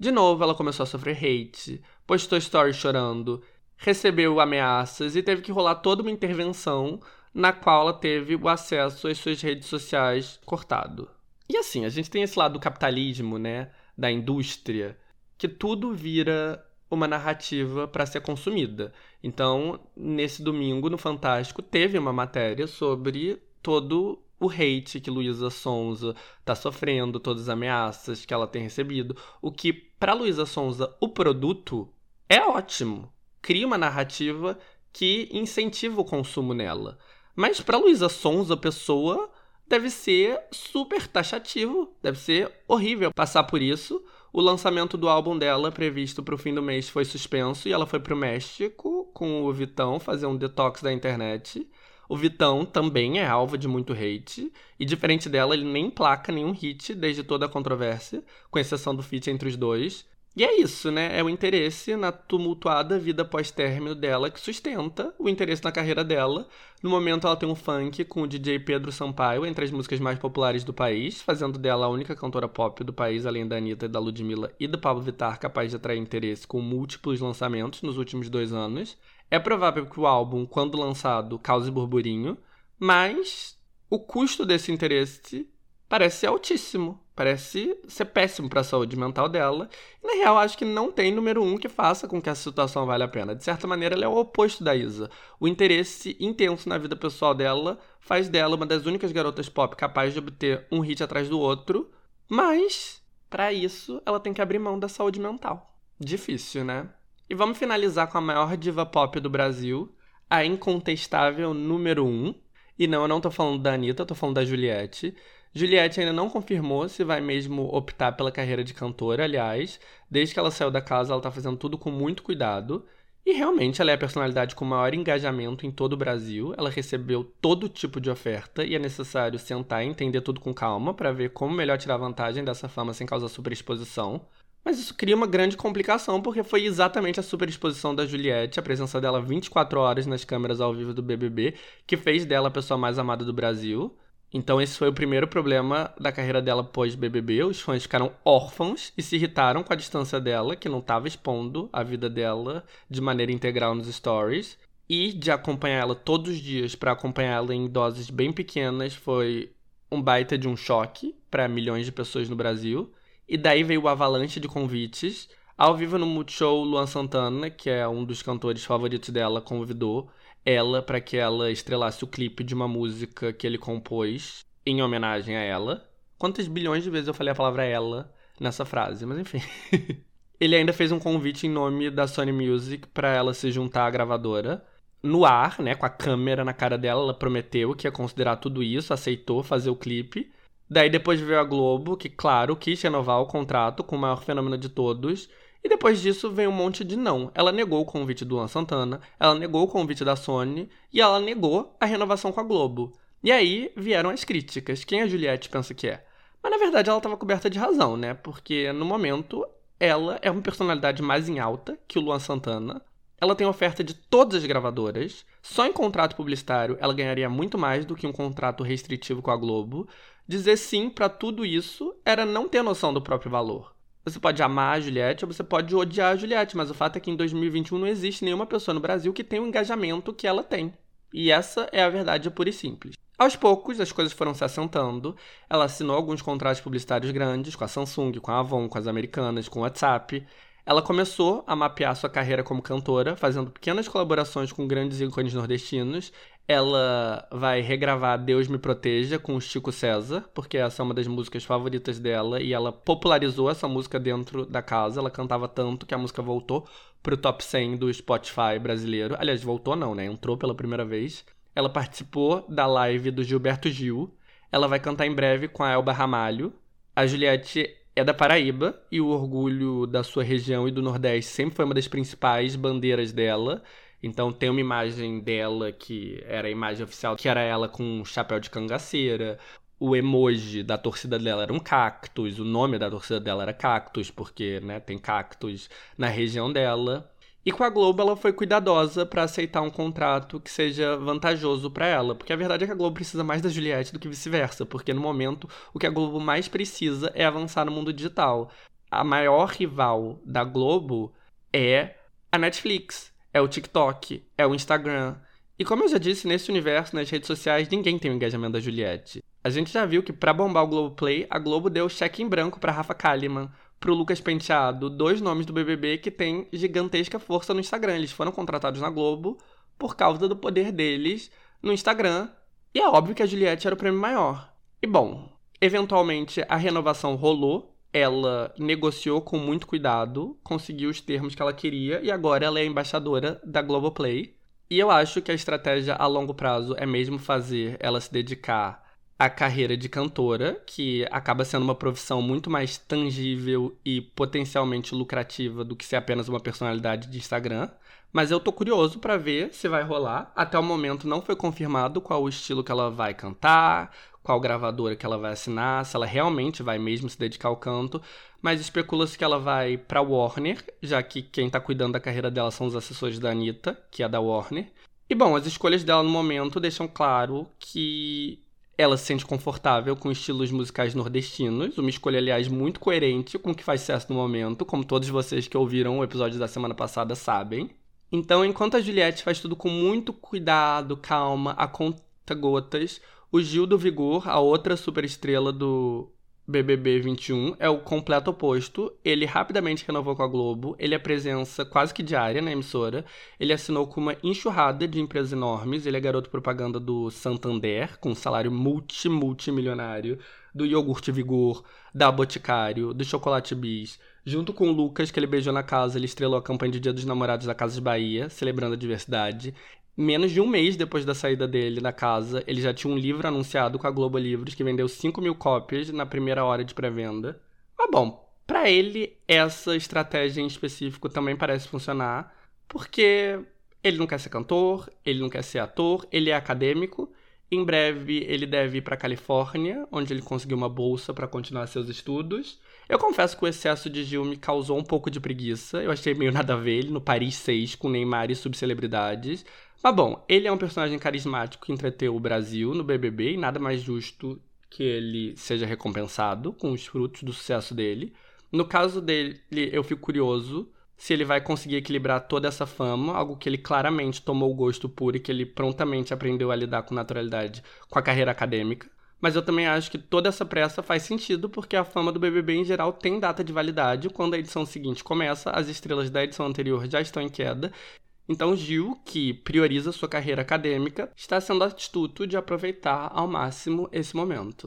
De novo, ela começou a sofrer hate, postou stories chorando, recebeu ameaças e teve que rolar toda uma intervenção na qual ela teve o acesso às suas redes sociais cortado. E assim, a gente tem esse lado do capitalismo, né, da indústria, que tudo vira uma narrativa para ser consumida. Então, nesse domingo, no Fantástico, teve uma matéria sobre todo o hate que Luísa Sonza tá sofrendo, todas as ameaças que ela tem recebido, o que, para Luísa Sonza, o produto é ótimo. Cria uma narrativa que incentiva o consumo nela. Mas para Luísa Sonza, a pessoa deve ser super taxativo, deve ser horrível passar por isso. O lançamento do álbum dela, previsto para o fim do mês, foi suspenso e ela foi para o México com o Vitão fazer um detox da internet. O Vitão também é alvo de muito hate, e diferente dela, ele nem emplaca nenhum hit desde toda a controvérsia, com exceção do feat entre os dois. E é isso, né? É o interesse na tumultuada vida pós-término dela que sustenta o interesse na carreira dela. No momento, ela tem um funk com o DJ Pedro Sampaio entre as músicas mais populares do país, fazendo dela a única cantora pop do país, além da Anitta, da Ludmilla e do Pablo Vittar, capaz de atrair interesse com múltiplos lançamentos nos últimos 2 anos. É provável que o álbum, quando lançado, cause burburinho, mas o custo desse interesse parece ser altíssimo. Parece ser péssimo para a saúde mental dela. E, na real, acho que não tem número 1 que faça com que essa situação valha a pena. De certa maneira, ela é o oposto da Isa. O interesse intenso na vida pessoal dela faz dela uma das únicas garotas pop capaz de obter um hit atrás do outro. Mas, para isso, ela tem que abrir mão da saúde mental. Difícil, né? E vamos finalizar com a maior diva pop do Brasil, a incontestável número 1. E não, eu não tô falando da Anitta, eu tô falando da Juliette. Juliette ainda não confirmou se vai mesmo optar pela carreira de cantora, aliás. Desde que ela saiu da casa, ela tá fazendo tudo com muito cuidado. E realmente ela é a personalidade com maior engajamento em todo o Brasil. Ela recebeu todo tipo de oferta e é necessário sentar e entender tudo com calma para ver como melhor tirar vantagem dessa fama sem causar superexposição. Mas isso cria uma grande complicação, porque foi exatamente a superexposição da Juliette, a presença dela 24 horas nas câmeras ao vivo do BBB, que fez dela a pessoa mais amada do Brasil. Então esse foi o primeiro problema da carreira dela pós-BBB. Os fãs ficaram órfãos e se irritaram com a distância dela, que não estava expondo a vida dela de maneira integral nos stories. E de acompanhar ela todos os dias para acompanhar ela em doses bem pequenas foi um baita de um choque para milhões de pessoas no Brasil. E daí veio o avalanche de convites. Ao vivo no Multishow, Luan Santana, que é um dos cantores favoritos dela, convidou ela para que ela estrelasse o clipe de uma música que ele compôs em homenagem a ela. Quantas bilhões de vezes eu falei a palavra ela nessa frase, mas enfim. Ele ainda fez um convite em nome da Sony Music para ela se juntar à gravadora. No ar, né, com a câmera na cara dela, ela prometeu que ia considerar tudo isso, aceitou fazer o clipe. Daí depois veio a Globo, que, claro, quis renovar o contrato com o maior fenômeno de todos. E depois disso veio um monte de não. Ela negou o convite do Luan Santana, ela negou o convite da Sony e ela negou a renovação com a Globo. E aí vieram as críticas. Quem a Juliette pensa que é? Mas na verdade ela estava coberta de razão, né? Porque no momento ela é uma personalidade mais em alta que o Luan Santana. Ela tem oferta de todas as gravadoras. Só em contrato publicitário ela ganharia muito mais do que um contrato restritivo com a Globo. Dizer sim para tudo isso era não ter noção do próprio valor. Você pode amar a Juliette ou você pode odiar a Juliette, mas o fato é que em 2021 não existe nenhuma pessoa no Brasil que tenha o engajamento que ela tem. E essa é a verdade pura e simples. Aos poucos, as coisas foram se assentando. Ela assinou alguns contratos publicitários grandes com a Samsung, com a Avon, com as americanas, com o WhatsApp. Ela começou a mapear sua carreira como cantora, fazendo pequenas colaborações com grandes ícones nordestinos. Ela vai regravar Deus Me Proteja com o Chico César, porque essa é uma das músicas favoritas dela, e ela popularizou essa música dentro da casa. Ela cantava tanto que a música voltou pro top 100 do Spotify brasileiro. Aliás, voltou não, né? Entrou pela primeira vez. Ela participou da live do Gilberto Gil. Ela vai cantar em breve com a Elba Ramalho. A Juliette é da Paraíba, e o orgulho da sua região e do Nordeste sempre foi uma das principais bandeiras dela. Então tem uma imagem dela que era a imagem oficial, que era ela com um chapéu de cangaceira. O emoji da torcida dela era um cactus, o nome da torcida dela era Cactus, porque, né, tem cactus na região dela. E com a Globo ela foi cuidadosa para aceitar um contrato que seja vantajoso para ela, porque a verdade é que a Globo precisa mais da Juliette do que vice-versa, porque no momento o que a Globo mais precisa é avançar no mundo digital. a maior rival da Globo é a Netflix, é o TikTok, é o Instagram. E como eu já disse, nesse universo, nas redes sociais, ninguém tem o engajamento da Juliette. A gente já viu que pra bombar o Globoplay, a Globo deu cheque em branco pra Rafa Kalimann, pro Lucas Penteado, 2 nomes do BBB que têm gigantesca força no Instagram. Eles foram contratados na Globo por causa do poder deles no Instagram. E é óbvio que a Juliette era o prêmio maior. E bom, eventualmente a renovação rolou. Ela negociou com muito cuidado, conseguiu os termos que ela queria e agora ela é embaixadora da Globoplay. E eu acho que a estratégia a longo prazo é mesmo fazer ela se dedicar à carreira de cantora, que acaba sendo uma profissão muito mais tangível e potencialmente lucrativa do que ser apenas uma personalidade de Instagram. Mas eu tô curioso pra ver se vai rolar. Até o momento não foi confirmado qual o estilo que ela vai cantar, qual gravadora que ela vai assinar, se ela realmente vai mesmo se dedicar ao canto. Mas especula-se que ela vai pra Warner, já que quem tá cuidando da carreira dela são os assessores da Anitta, que é da Warner. E bom, as escolhas dela no momento deixam claro que ela se sente confortável com estilos musicais nordestinos, uma escolha, aliás, muito coerente com o que faz sucesso no momento, como todos vocês que ouviram o episódio da semana passada sabem. Então, enquanto a Juliette faz tudo com muito cuidado, calma, a conta-gotas, o Gil do Vigor, a outra superestrela do BBB 21, é o completo oposto. Ele rapidamente renovou com a Globo, ele é presença quase que diária na emissora, ele assinou com uma enxurrada de empresas enormes, ele é garoto propaganda do Santander, com um salário multimilionário, do Iogurte Vigor, da Boticário, do Chocolate Bis. Junto com o Lucas, que ele beijou na casa, ele estrelou a campanha de Dia dos Namorados da Casas Bahia, celebrando a diversidade. Menos de um mês depois da saída dele da casa, ele já tinha um livro anunciado com a Globo Livros, que vendeu 5.000 cópias na primeira hora de pré-venda. Mas bom, pra ele, essa estratégia em específico também parece funcionar, porque ele não quer ser cantor, ele não quer ser ator, ele é acadêmico. Em breve, ele deve ir pra Califórnia, onde ele conseguiu uma bolsa para continuar seus estudos. Eu confesso que o excesso de Gil me causou um pouco de preguiça. Eu achei meio nada a ver ele no Paris 6 com Neymar e subcelebridades. Mas bom, ele é um personagem carismático que entreteu o Brasil no BBB e nada mais justo que ele seja recompensado com os frutos do sucesso dele. No caso dele, eu fico curioso se ele vai conseguir equilibrar toda essa fama, algo que ele claramente tomou o gosto por e que ele prontamente aprendeu a lidar com naturalidade com a carreira acadêmica. Mas eu também acho que toda essa pressa faz sentido porque a fama do BBB em geral tem data de validade. Quando a edição seguinte começa, as estrelas da edição anterior já estão em queda. Então Gil, que prioriza sua carreira acadêmica, está sendo astuto de aproveitar ao máximo esse momento.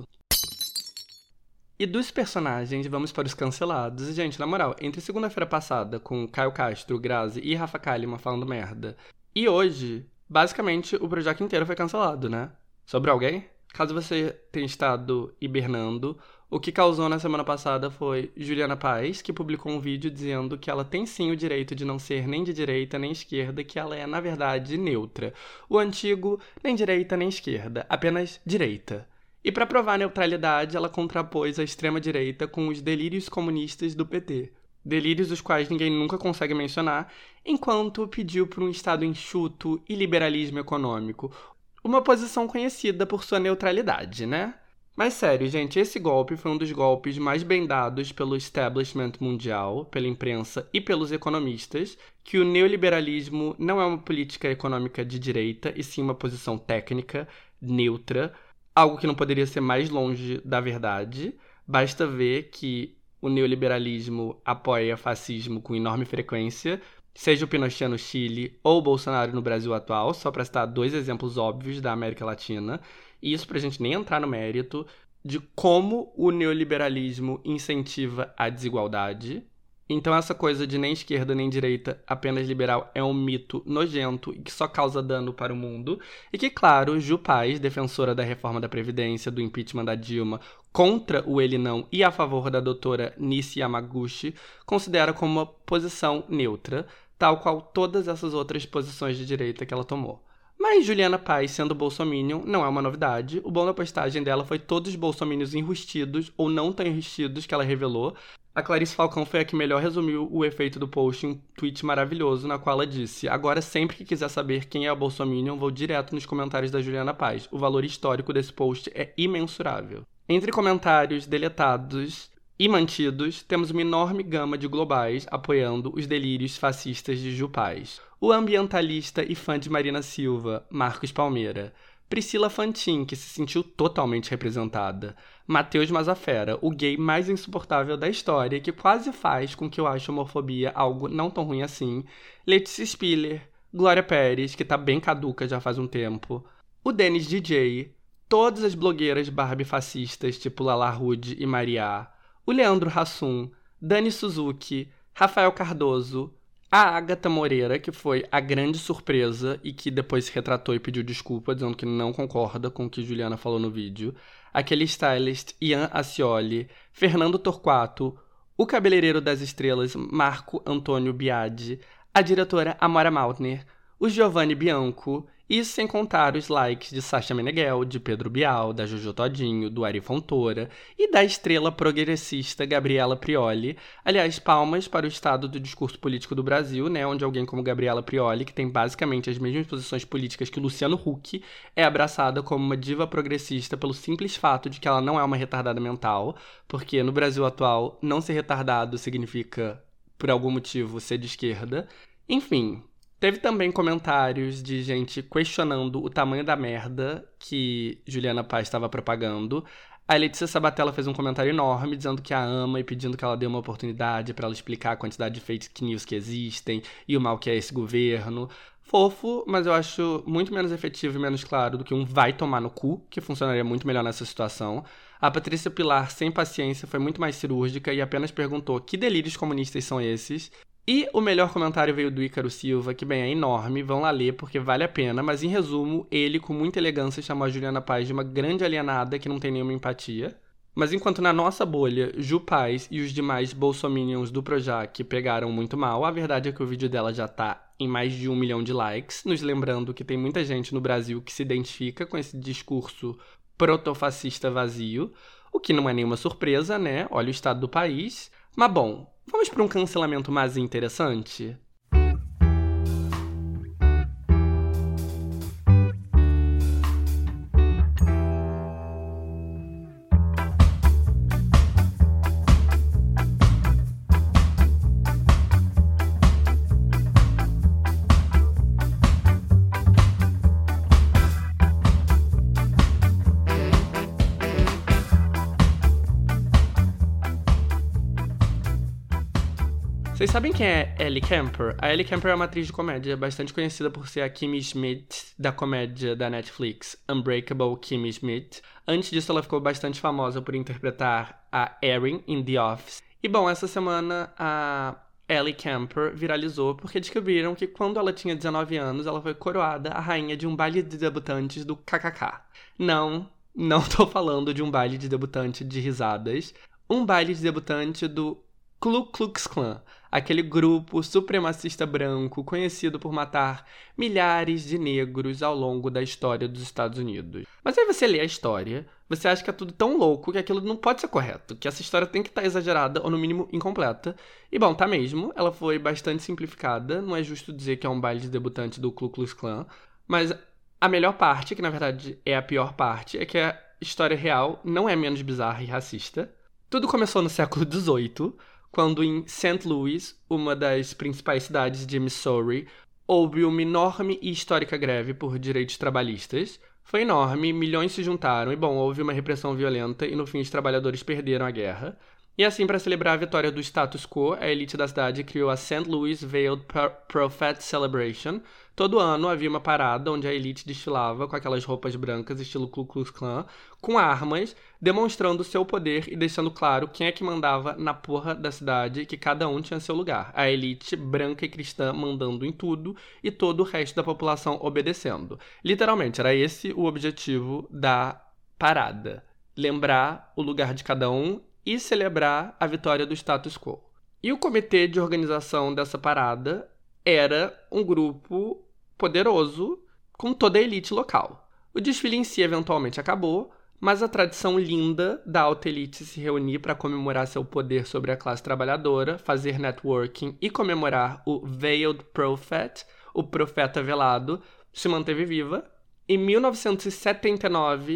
E dos personagens, vamos para os cancelados. Gente, na moral, entre segunda-feira passada, com Caio Castro, Grazi e Rafa Kalimann falando merda, e hoje, basicamente, o Projac inteiro foi cancelado, né? Sobrou alguém? Caso você tenha estado hibernando, o que causou na semana passada foi Juliana Paes, que publicou um vídeo dizendo que ela tem sim o direito de não ser nem de direita nem esquerda, que ela é, na verdade, neutra. O antigo nem direita nem esquerda, apenas direita. E para provar a neutralidade, ela contrapôs a extrema-direita com os delírios comunistas do PT. Delírios os quais ninguém nunca consegue mencionar, enquanto pediu por um Estado enxuto e liberalismo econômico. Uma posição conhecida por sua neutralidade, né? Mas sério, gente, esse golpe foi um dos golpes mais bem dados pelo establishment mundial, pela imprensa e pelos economistas, que o neoliberalismo não é uma política econômica de direita, e sim uma posição técnica, neutra, algo que não poderia ser mais longe da verdade. Basta ver que o neoliberalismo apoia fascismo com enorme frequência, seja o Pinochet no Chile ou o Bolsonaro no Brasil atual, só para citar 2 exemplos óbvios da América Latina. E isso pra gente nem entrar no mérito de como o neoliberalismo incentiva a desigualdade. Então essa coisa de nem esquerda nem direita, apenas liberal, é um mito nojento e que só causa dano para o mundo. E que, claro, Ju Paes, defensora da reforma da Previdência, do impeachment da Dilma, contra o ele não e a favor da doutora Nissi Yamaguchi, considera como uma posição neutra, tal qual todas essas outras posições de direita que ela tomou. Mas Juliana Paes, sendo bolsominion, não é uma novidade. O bom da postagem dela foi todos os bolsominions enrustidos ou não tão enrustidos que ela revelou. A Clarice Falcão foi a que melhor resumiu o efeito do post em um tweet maravilhoso, na qual ela disse: agora, sempre que quiser saber quem é a bolsominion, vou direto nos comentários da Juliana Paes. O valor histórico desse post é imensurável. Entre comentários deletados, e mantidos, temos uma enorme gama de globais apoiando os delírios fascistas de Ju Paz. O ambientalista e fã de Marina Silva, Marcos Palmeira. Priscila Fantin, que se sentiu totalmente representada. Matheus Mazafera, o gay mais insuportável da história, que quase faz com que eu ache a homofobia algo não tão ruim assim. Letícia Spiller, Glória Pérez, que tá bem caduca já faz um tempo. O Denis DJ, todas as blogueiras Barbie fascistas, tipo Lala Rude e Maria. O Leandro Hassum, Dani Suzuki, Rafael Cardoso, a Agatha Moreira, que foi a grande surpresa e que depois se retratou e pediu desculpa, dizendo que não concorda com o que Juliana falou no vídeo, aquele stylist Ian Ascioli, Fernando Torquato, o cabeleireiro das estrelas Marco Antônio Biadi, a diretora Amora Maltner, o Giovanni Bianco, isso sem contar os likes de Sasha Meneghel, de Pedro Bial, da Jojo Todinho, do Ari Fontoura e da estrela progressista Gabriela Prioli. Aliás, palmas para o estado do discurso político do Brasil, né, onde alguém como Gabriela Prioli, que tem basicamente as mesmas posições políticas que Luciano Huck, é abraçada como uma diva progressista pelo simples fato de que ela não é uma retardada mental, porque no Brasil atual, não ser retardado significa, por algum motivo, ser de esquerda. Enfim, teve também comentários de gente questionando o tamanho da merda que Juliana Paz estava propagando. A Letícia Sabatella fez um comentário enorme dizendo que a ama e pedindo que ela dê uma oportunidade para ela explicar a quantidade de fake news que existem e o mal que é esse governo. Fofo, mas eu acho muito menos efetivo e menos claro do que um vai tomar no cu, que funcionaria muito melhor nessa situação. A Patrícia Pilar, sem paciência, foi muito mais cirúrgica e apenas perguntou que delírios comunistas são esses. E o melhor comentário veio do Ícaro Silva, que bem, é enorme, vão lá ler porque vale a pena, mas em resumo, ele com muita elegância chamou a Juliana Paz de uma grande alienada que não tem nenhuma empatia. Mas enquanto na nossa bolha, Ju Paz e os demais bolsominions do Projac pegaram muito mal, a verdade é que o vídeo dela já tá em mais de 1 milhão de likes, nos lembrando que tem muita gente no Brasil que se identifica com esse discurso protofascista vazio, o que não é nenhuma surpresa, né? Olha o estado do país. Mas bom, vamos para um cancelamento mais interessante? Vocês sabem quem é Ellie Kemper? A Ellie Kemper é uma atriz de comédia bastante conhecida por ser a Kimmy Schmidt da comédia da Netflix Unbreakable Kimmy Schmidt. Antes disso, ela ficou bastante famosa por interpretar a Erin em The Office. E bom, essa semana a Ellie Kemper viralizou porque descobriram que quando ela tinha 19 anos, ela foi coroada a rainha de um baile de debutantes do KKK. Não tô falando de um baile de debutante de risadas. Um baile de debutante do Ku Klux Klan, aquele grupo supremacista branco conhecido por matar milhares de negros ao longo da história dos Estados Unidos. Mas aí você lê a história, você acha que é tudo tão louco que aquilo não pode ser correto, que essa história tem que estar exagerada ou no mínimo incompleta. E bom, tá mesmo, ela foi bastante simplificada, não é justo dizer que é um baile de debutante do Ku Klux Klan, mas a melhor parte, que na verdade é a pior parte, é que a história real não é menos bizarra e racista. Tudo começou no século XVIII, quando em St. Louis, uma das principais cidades de Missouri, houve uma enorme e histórica greve por direitos trabalhistas. Foi enorme, milhões se juntaram e, bom, houve uma repressão violenta e no fim os trabalhadores perderam a guerra. E assim, para celebrar a vitória do status quo, a elite da cidade criou a St. Louis Veiled Prophet Celebration. Todo ano havia uma parada onde a elite desfilava com aquelas roupas brancas estilo Ku Klux Klan, com armas, demonstrando seu poder e deixando claro quem é que mandava na porra da cidade e que cada um tinha seu lugar. A elite branca e cristã mandando em tudo e todo o resto da população obedecendo. Literalmente, era esse o objetivo da parada. Lembrar o lugar de cada um e celebrar a vitória do status quo. E o comitê de organização dessa parada era um grupo poderoso com toda a elite local. O desfile em si eventualmente acabou, mas a tradição linda da alta elite se reunir para comemorar seu poder sobre a classe trabalhadora, fazer networking e comemorar o Veiled Prophet, o profeta velado, se manteve viva. Em 1979,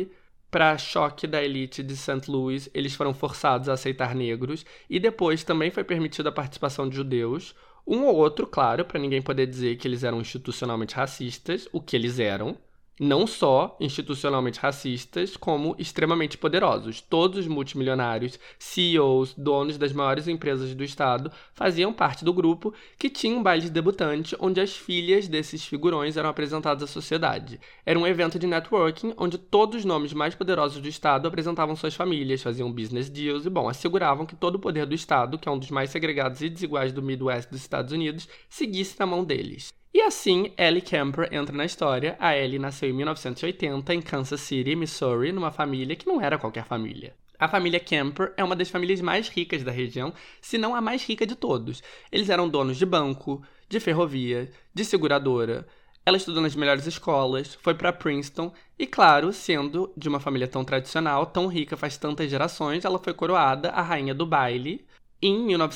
Para choque da elite de St. Louis, eles foram forçados a aceitar negros e depois também foi permitida a participação de judeus. Um ou outro, claro, para ninguém poder dizer que eles eram institucionalmente racistas, o que eles eram. Não só institucionalmente racistas, como extremamente poderosos. Todos os multimilionários, CEOs, donos das maiores empresas do estado, faziam parte do grupo que tinha um baile de debutante onde as filhas desses figurões eram apresentadas à sociedade. Era um evento de networking onde todos os nomes mais poderosos do estado apresentavam suas famílias, faziam business deals e, asseguravam que todo o poder do estado, que é um dos mais segregados e desiguais do Midwest dos Estados Unidos, seguisse na mão deles. E assim, Ellie Kemper entra na história. A Ellie nasceu em 1980 em Kansas City, Missouri, numa família que não era qualquer família. A família Kemper é uma das famílias mais ricas da região, se não a mais rica de todos. Eles eram donos de banco, de ferrovia, de seguradora. Ela estudou nas melhores escolas, foi para Princeton e, claro, sendo de uma família tão tradicional, tão rica faz tantas gerações, ela foi coroada a rainha do baile em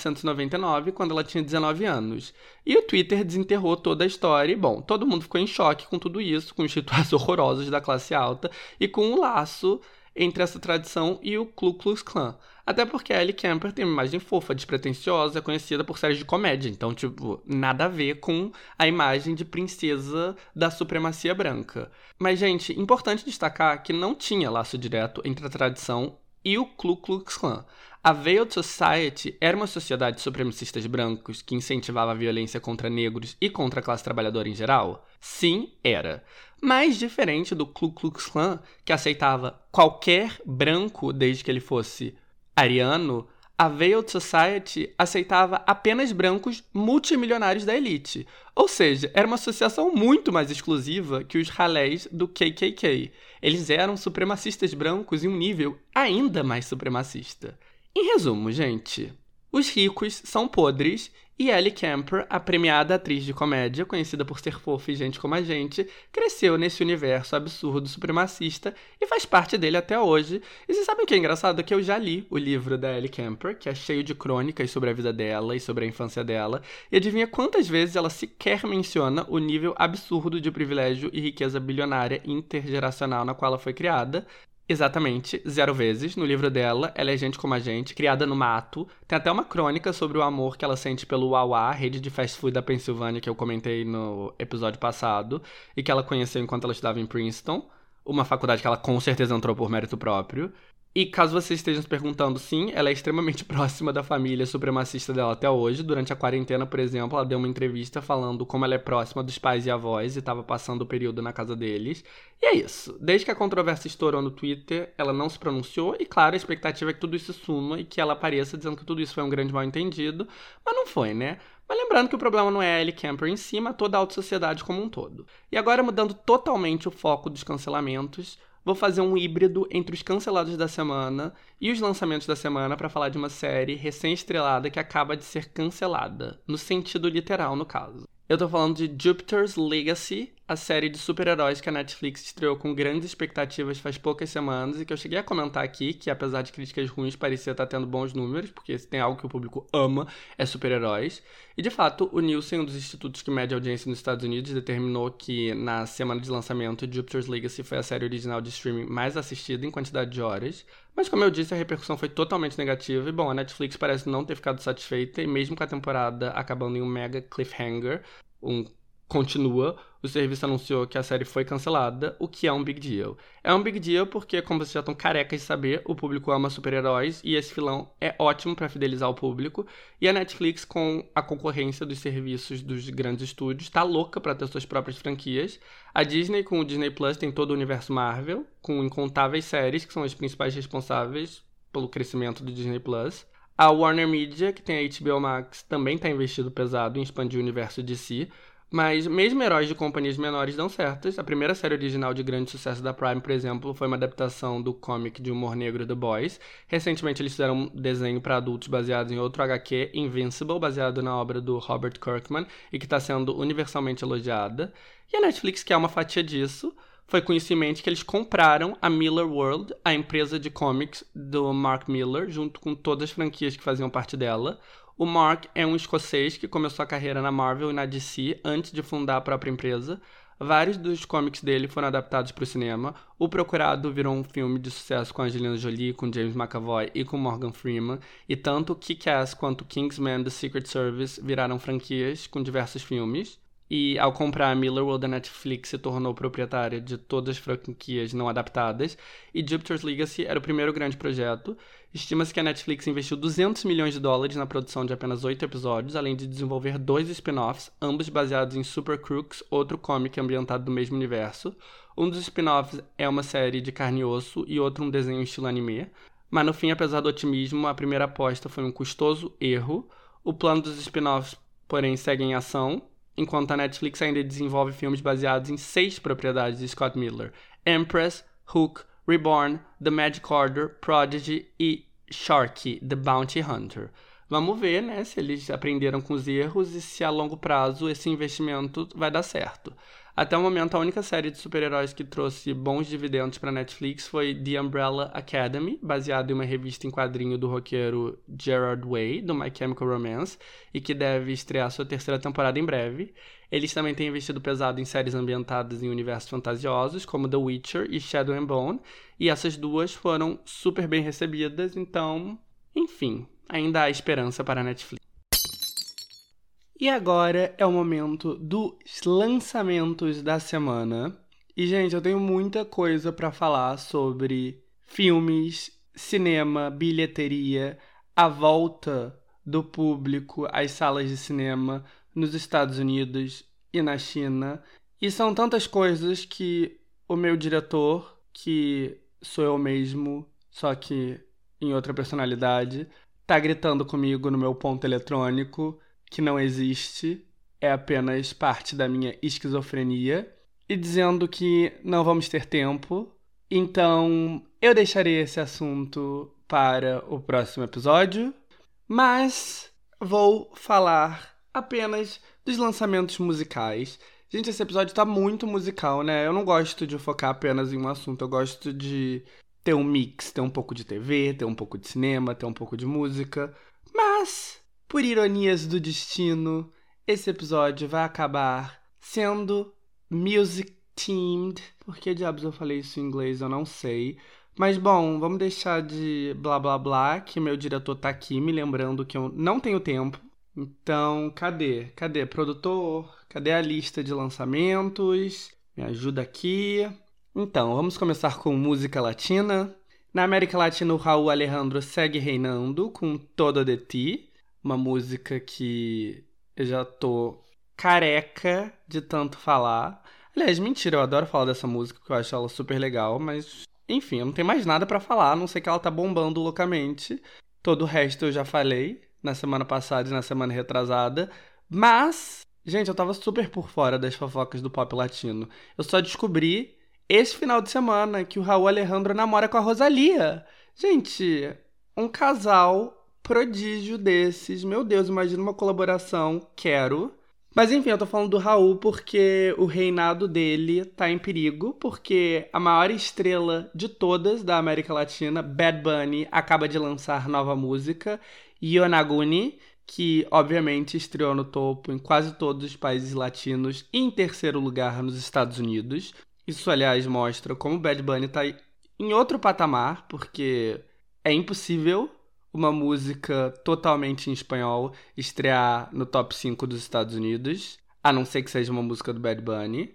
1999, quando ela tinha 19 anos. E o Twitter desenterrou toda a história e, todo mundo ficou em choque com tudo isso, com os rituais horrorosos da classe alta e com o laço entre essa tradição e o Ku Klux Klan. Até porque a Ellie Kemper tem uma imagem fofa, despretensiosa, conhecida por séries de comédia. Então, nada a ver com a imagem de princesa da supremacia branca. Mas, gente, importante destacar que não tinha laço direto entre a tradição e o Ku Klux Klan. A Veiled Society era uma sociedade de supremacistas brancos que incentivava a violência contra negros e contra a classe trabalhadora em geral? Sim, era. Mas diferente do Ku Klux Klan, que aceitava qualquer branco desde que ele fosse ariano, a Veiled Society aceitava apenas brancos multimilionários da elite. Ou seja, era uma associação muito mais exclusiva que os ralés do KKK. Eles eram supremacistas brancos em um nível ainda mais supremacista. Em resumo, gente, os ricos são podres e Ellie Kemper, a premiada atriz de comédia, conhecida por ser fofa e gente como a gente, cresceu nesse universo absurdo supremacista e faz parte dele até hoje. E vocês sabem o que é engraçado? É que eu já li o livro da Ellie Kemper, que é cheio de crônicas sobre a vida dela e sobre a infância dela, e adivinha quantas vezes ela sequer menciona o nível absurdo de privilégio e riqueza bilionária intergeracional na qual ela foi criada? Exatamente, 0 vezes. No livro dela, ela é gente como a gente, criada no mato. Tem até uma crônica sobre o amor que ela sente pelo Wawa, rede de fast food da Pensilvânia, que eu comentei no episódio passado, e que ela conheceu enquanto ela estudava em Princeton, uma faculdade que ela com certeza entrou por mérito próprio. E caso vocês estejam se perguntando, sim, ela é extremamente próxima da família supremacista dela até hoje. Durante a quarentena, por exemplo, ela deu uma entrevista falando como ela é próxima dos pais e avós e estava passando o período na casa deles. E é isso. Desde que a controvérsia estourou no Twitter, ela não se pronunciou e, claro, a expectativa é que tudo isso suma e que ela apareça dizendo que tudo isso foi um grande mal-entendido. Mas não foi, né? Mas lembrando que o problema não é a Ellie Kemper em si, mas toda a alta sociedade como um todo. E agora, mudando totalmente o foco dos cancelamentos, vou fazer um híbrido entre os cancelados da semana e os lançamentos da semana para falar de uma série recém-estrelada que acaba de ser cancelada, no sentido literal, no caso. Eu tô falando de Jupiter's Legacy, a série de super-heróis que a Netflix estreou com grandes expectativas faz poucas semanas e que eu cheguei a comentar aqui, que apesar de críticas ruins, parecia estar tendo bons números, porque se tem algo que o público ama, é super-heróis. E de fato, o Nielsen, um dos institutos que mede a audiência nos Estados Unidos, determinou que na semana de lançamento, Jupiter's Legacy foi a série original de streaming mais assistida em quantidade de horas. Mas como eu disse, a repercussão foi totalmente negativa e, a Netflix parece não ter ficado satisfeita e mesmo com a temporada acabando em um mega cliffhanger, continua, o serviço anunciou que a série foi cancelada, o que é um big deal. É um big deal porque, como vocês já estão carecas de saber, o público ama super-heróis e esse filão é ótimo para fidelizar o público. E a Netflix, com a concorrência dos serviços dos grandes estúdios, tá louca para ter suas próprias franquias. A Disney, com o Disney Plus, tem todo o universo Marvel, com incontáveis séries que são as principais responsáveis pelo crescimento do Disney Plus. A Warner Media, que tem a HBO Max, também está investindo pesado em expandir o universo de si. Mas mesmo heróis de companhias menores dão certas. A primeira série original de grande sucesso da Prime, por exemplo, foi uma adaptação do comic de humor negro The Boys. Recentemente eles fizeram um desenho para adultos baseado em outro HQ, Invincible, baseado na obra do Robert Kirkman, e que está sendo universalmente elogiada. E a Netflix quer uma fatia disso. Foi com isso em mente que eles compraram a Miller World, a empresa de comics do Mark Miller, junto com todas as franquias que faziam parte dela. O Mark é um escocês que começou a carreira na Marvel e na DC antes de fundar a própria empresa. Vários dos comics dele foram adaptados para o cinema. O Procurado virou um filme de sucesso com Angelina Jolie, com James McAvoy e com Morgan Freeman. E tanto Kick-Ass quanto Kingsman: The Secret Service viraram franquias com diversos filmes. E ao comprar a Millarworld, a Netflix se tornou proprietária de todas as franquias não adaptadas. E Jupiter's Legacy era o primeiro grande projeto. Estima-se que a Netflix investiu $200 milhões na produção de apenas 8 episódios, além de desenvolver 2 spin-offs, ambos baseados em Super Crooks, outro comic ambientado no mesmo universo. Um dos spin-offs é uma série de carne e osso e outro um desenho estilo anime. Mas no fim, apesar do otimismo, a primeira aposta foi um custoso erro. O plano dos spin-offs, porém, segue em ação, enquanto a Netflix ainda desenvolve filmes baseados em 6 propriedades de Scott Miller: Empress, Hook, Reborn, The Magic Order, Prodigy e Sharky, The Bounty Hunter. Vamos ver, né, se eles aprenderam com os erros e se a longo prazo esse investimento vai dar certo. Até o momento, a única série de super-heróis que trouxe bons dividendos para a Netflix foi The Umbrella Academy, baseado em uma revista em quadrinho do roqueiro Gerard Way, do My Chemical Romance, e que deve estrear sua 3ª temporada em breve. Eles também têm investido pesado em séries ambientadas em universos fantasiosos, como The Witcher e Shadow and Bone, e essas duas foram super bem recebidas, então, enfim, ainda há esperança para a Netflix. E agora é o momento dos lançamentos da semana. E, gente, eu tenho muita coisa para falar sobre filmes, cinema, bilheteria, a volta do público às salas de cinema nos Estados Unidos e na China. E são tantas coisas que o meu diretor, que sou eu mesmo, só que em outra personalidade, tá gritando comigo no meu ponto eletrônico, que não existe, é apenas parte da minha esquizofrenia, e dizendo que não vamos ter tempo. Então, eu deixarei esse assunto para o próximo episódio, mas vou falar apenas dos lançamentos musicais. Gente, esse episódio tá muito musical, né? Eu não gosto de focar apenas em um assunto, eu gosto de ter um mix, ter um pouco de TV, ter um pouco de cinema, ter um pouco de música, mas, por ironias do destino, esse episódio vai acabar sendo music-themed. Por que diabos eu falei isso em inglês? Eu não sei. Mas, bom, vamos deixar de blá blá blá, que meu diretor tá aqui me lembrando que eu não tenho tempo. Então, cadê? Cadê, produtor? Cadê a lista de lançamentos? Me ajuda aqui. Então, vamos começar com música latina. Na América Latina, o Raul Alejandro segue reinando com Todo de Ti, uma música que eu já tô careca de tanto falar. Aliás, mentira, eu adoro falar dessa música, porque eu acho ela super legal, mas, enfim, eu não tenho mais nada pra falar, a não ser que ela tá bombando loucamente. Todo o resto eu já falei na semana passada e na semana retrasada, mas, gente, eu tava super por fora das fofocas do pop latino. Eu só descobri esse final de semana que o Raul Alejandro namora com a Rosalía. Gente, um casal prodígio desses. Meu Deus, imagina uma colaboração. Quero. Mas enfim, eu tô falando do Raul porque o reinado dele tá em perigo, porque a maior estrela de todas da América Latina, Bad Bunny, acaba de lançar nova música, Yonaguni, que obviamente estreou no topo em quase todos os países latinos e em 3º lugar nos Estados Unidos. Isso, aliás, mostra como o Bad Bunny tá em outro patamar, porque é impossível uma música totalmente em espanhol estrear no top 5 dos Estados Unidos, a não ser que seja uma música do Bad Bunny.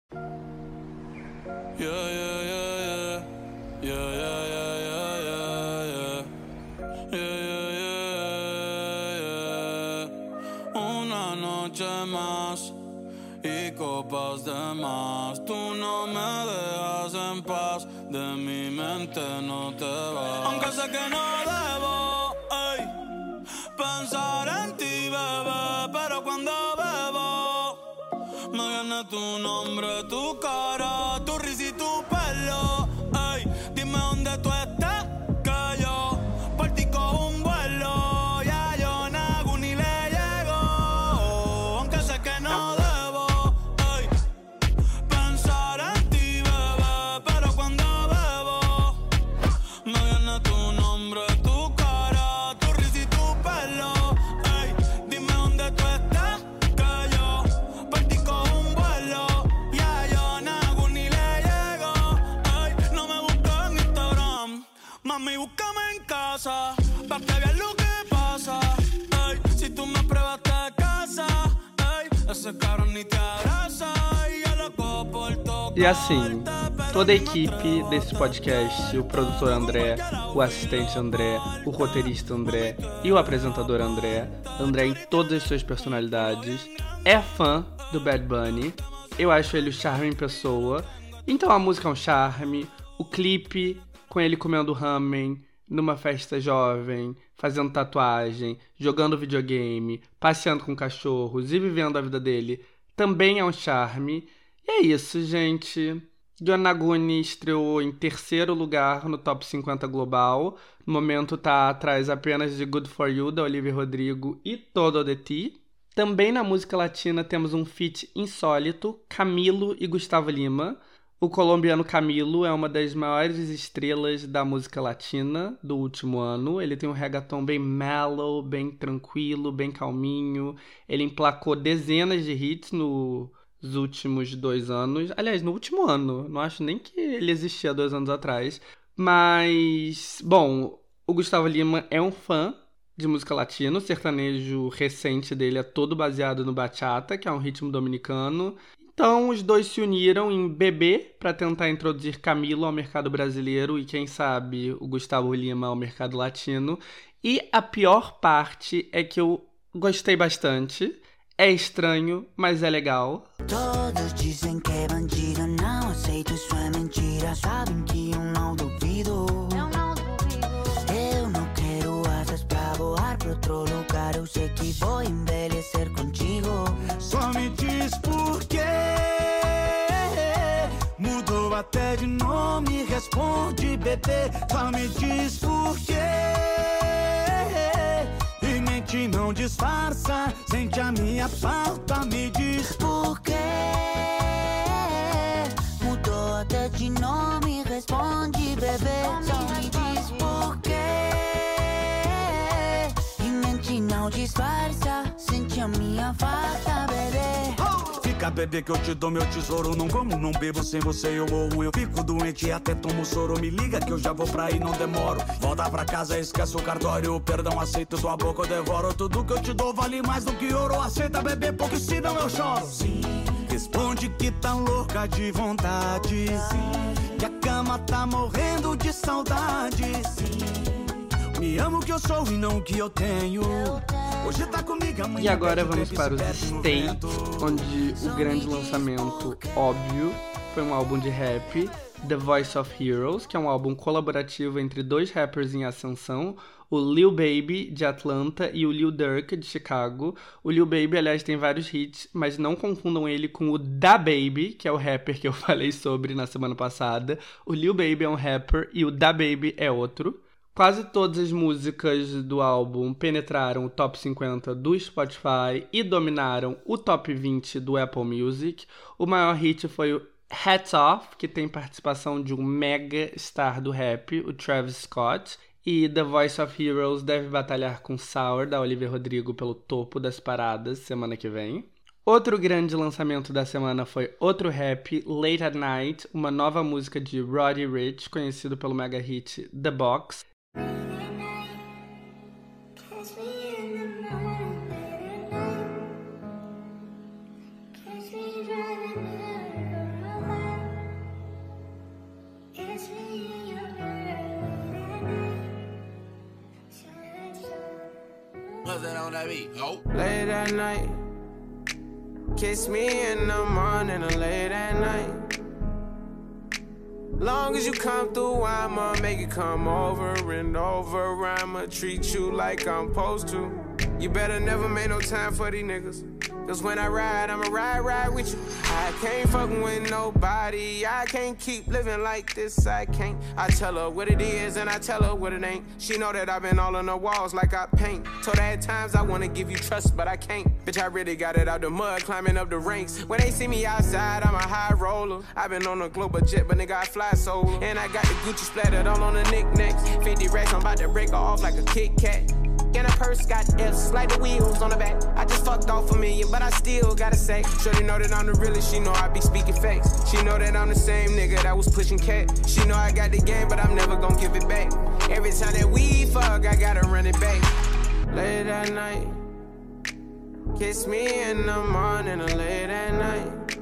Una noche más y copas de más. Tú no me dejas en paz, de mi mente no te vas. Aunque sé que no debo pensar en ti, bebé, pero cuando bebo me viene tu nombre, tu cara, tu risa y tu pelo. Dime dónde tú estás, que yo por ti cojo un vuelo. Ya yo Naguni le llego, aunque sé que no debo pensar en ti, bebé, pero cuando bebo me viene tu nombre, tu cara, tu risa y tu pelo. Dime dónde tú estás, que yo por ti cojo un vuelo. Yeah,
E assim, toda a equipe desse podcast, o produtor André, o assistente André, o roteirista André e o apresentador André em todas as suas personalidades, é fã do Bad Bunny. Eu acho ele o charme em pessoa. Então a música é um charme, o clipe com ele comendo ramen numa festa jovem, fazendo tatuagem, jogando videogame, passeando com cachorros e vivendo a vida dele também é um charme. E é isso, gente. Yonaguni estreou em 3º lugar no Top 50 Global. No momento tá atrás apenas de Good For You, da Olivia Rodrigo, e Todo de Ti. Também na música latina temos um feat insólito, Camilo e Gustavo Lima. O colombiano Camilo é uma das maiores estrelas da música latina do último ano. Ele tem um reggaeton bem mellow, bem tranquilo, bem calminho. Ele emplacou dezenas de hits nos últimos 2 anos. Aliás, no último ano. Não acho nem que ele existia 2 anos atrás. Mas, bom, o Gustavo Lima é um fã de música latina. O sertanejo recente dele é todo baseado no bachata, que é um ritmo dominicano. Então, os dois se uniram em Bebê para tentar introduzir Camilo ao mercado brasileiro e, quem sabe, o Gustavo Lima ao mercado latino. E a pior parte é que eu gostei bastante. É estranho, mas é legal.
Todos dizem que é bandido, não aceito, isso é mentira. Sabem que eu não duvido. Eu não quero asas pra voar pra outro lugar. Eu sei que vou envelhecer contigo.
Só me diz por quê. Mudou até de nome, responde, bebê. Só me diz por quê. E mente não disfarça, sente a minha falta, me diz
por quê. Mudou até de nome, responde, bebê. Só me diz por quê. E mente não disfarça, sente a minha falta, bebê.
Fica, bebê, que eu te dou meu tesouro. Não como, não bebo, sem você eu morro. Eu fico doente e até tomo soro. Me liga que eu já vou pra aí, não demoro. Volta pra casa, esquece o cartório. Perdão, aceito, tua boca eu devoro. Tudo que eu te dou vale mais do que ouro. Aceita, bebê, porque se não eu choro. Sim. Responde que tá louca de vontade. Sim. Que a cama tá morrendo de saudade. Sim. Me amo que eu sou e não o que eu tenho. Hoje tá comigo, amanhã.
E agora vamos para os States, onde o grande lançamento óbvio foi um álbum de rap, The Voice of Heroes, que é um álbum colaborativo entre 2 rappers em ascensão, o Lil Baby, de Atlanta, e o Lil Durk, de Chicago. O Lil Baby, aliás, tem vários hits, mas não confundam ele com o DaBaby, que é o rapper que eu falei sobre na semana passada. O Lil Baby é um rapper e o DaBaby é outro. Quase todas as músicas do álbum penetraram o top 50 do Spotify e dominaram o top 20 do Apple Music. O maior hit foi o Hats Off, que tem participação de um mega star do rap, o Travis Scott. E The Voice of Heroes deve batalhar com Sour, da Olivia Rodrigo, pelo topo das paradas semana que vem. Outro grande lançamento da semana foi outro rap, Late at Night, uma nova música de Roddy Ricch, conhecido pelo mega hit The Box.
Late at night, kiss me in the morning or late at night. Long as you come through, I'ma make you come over and over. I'ma treat you like I'm supposed to. You better never make no time for these niggas. Cause when I ride, I'ma ride with you. I can't fucking with nobody. I can't keep living like this, I can't. I tell her what it is and I tell her what it ain't. She know that I've been all on the walls like I paint. Told her at times I wanna give you trust, but I can't. Bitch, I really got it out the mud, climbing up the ranks. When they see me outside, I'm a high roller. I've been on a global jet, but nigga, I fly solo. And I got the Gucci splattered all on the knickknacks. 50 racks, I'm about to break her off like a Kit Kat. And a purse got F's, like the wheels on the back. I just fucked off $1 million, but I still gotta say. Shorty know that I'm the realest, she know I be speaking facts. She know that I'm the same nigga that was pushing cat. She know I got the game, but I'm never gonna give it back. Every time that we fuck, I gotta run it back. Late at night, Kiss me in the morning or late at night.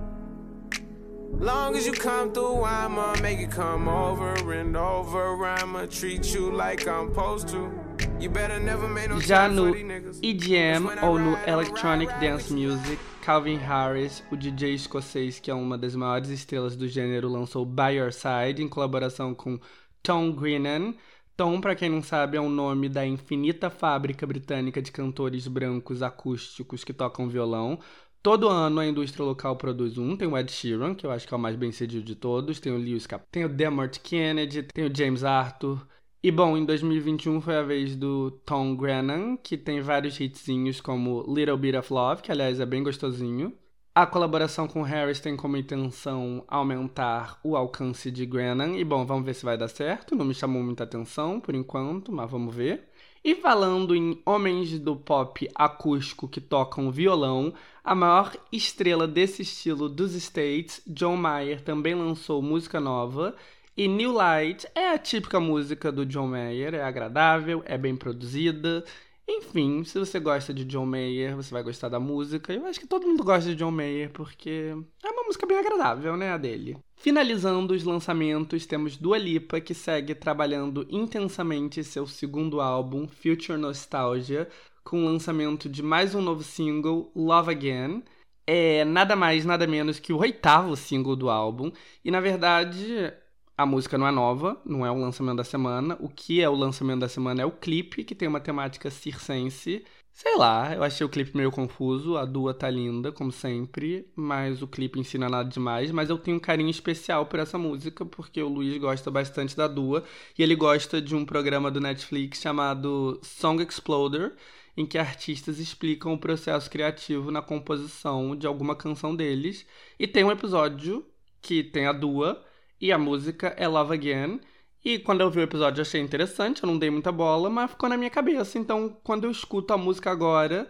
Long as you come through, I'ma make it come over and over. I'ma treat you like I'm supposed to. You better never make no
Já
time
no
for these niggas.
EDM ou no Electronic Dance Music, Calvin Harris, o DJ escocês que é uma das maiores estrelas do gênero, lançou By Your Side em colaboração com Tom Grennan. Tom, pra quem não sabe, é o nome da infinita fábrica britânica de cantores brancos acústicos que tocam violão. Todo ano a indústria local produz um. Tem o Ed Sheeran, que eu acho que é o mais bem-sucedido de todos. Tem o Lewis Capaldi, tem o Dermot Kennedy, tem o James Arthur. E bom, em 2021 foi a vez do Tom Grennan, que tem vários hitzinhos como Little Bit of Love, que aliás é bem gostosinho. A colaboração com Harris tem como intenção aumentar o alcance de Grennan. E bom, vamos ver se vai dar certo. Não me chamou muita atenção por enquanto, mas vamos ver. E falando em homens do pop acústico que tocam violão, a maior estrela desse estilo dos States, John Mayer, também lançou música nova. E New Light é a típica música do John Mayer, é agradável, é bem produzida. Enfim, se você gosta de John Mayer, você vai gostar da música. Eu acho que todo mundo gosta de John Mayer, porque é uma música bem agradável, né, a dele. Finalizando os lançamentos, temos Dua Lipa, que segue trabalhando intensamente seu segundo álbum, Future Nostalgia, com o lançamento de mais um novo single, Love Again. É nada mais, nada menos que o 8º single do álbum. E, na verdade, a música não é nova, não é o lançamento da semana. O que é o lançamento da semana é o clipe, que tem uma temática circense. Sei lá, eu achei o clipe meio confuso. A Dua tá linda, como sempre, mas o clipe em si não é nada demais. Mas eu tenho um carinho especial por essa música, porque o Luiz gosta bastante da Dua. E ele gosta de um programa do Netflix chamado Song Exploder, em que artistas explicam o processo criativo na composição de alguma canção deles. E tem um episódio que tem a Dua, e a música é Love Again. E quando eu vi o episódio eu achei interessante, eu não dei muita bola, mas ficou na minha cabeça. Então, quando eu escuto a música agora,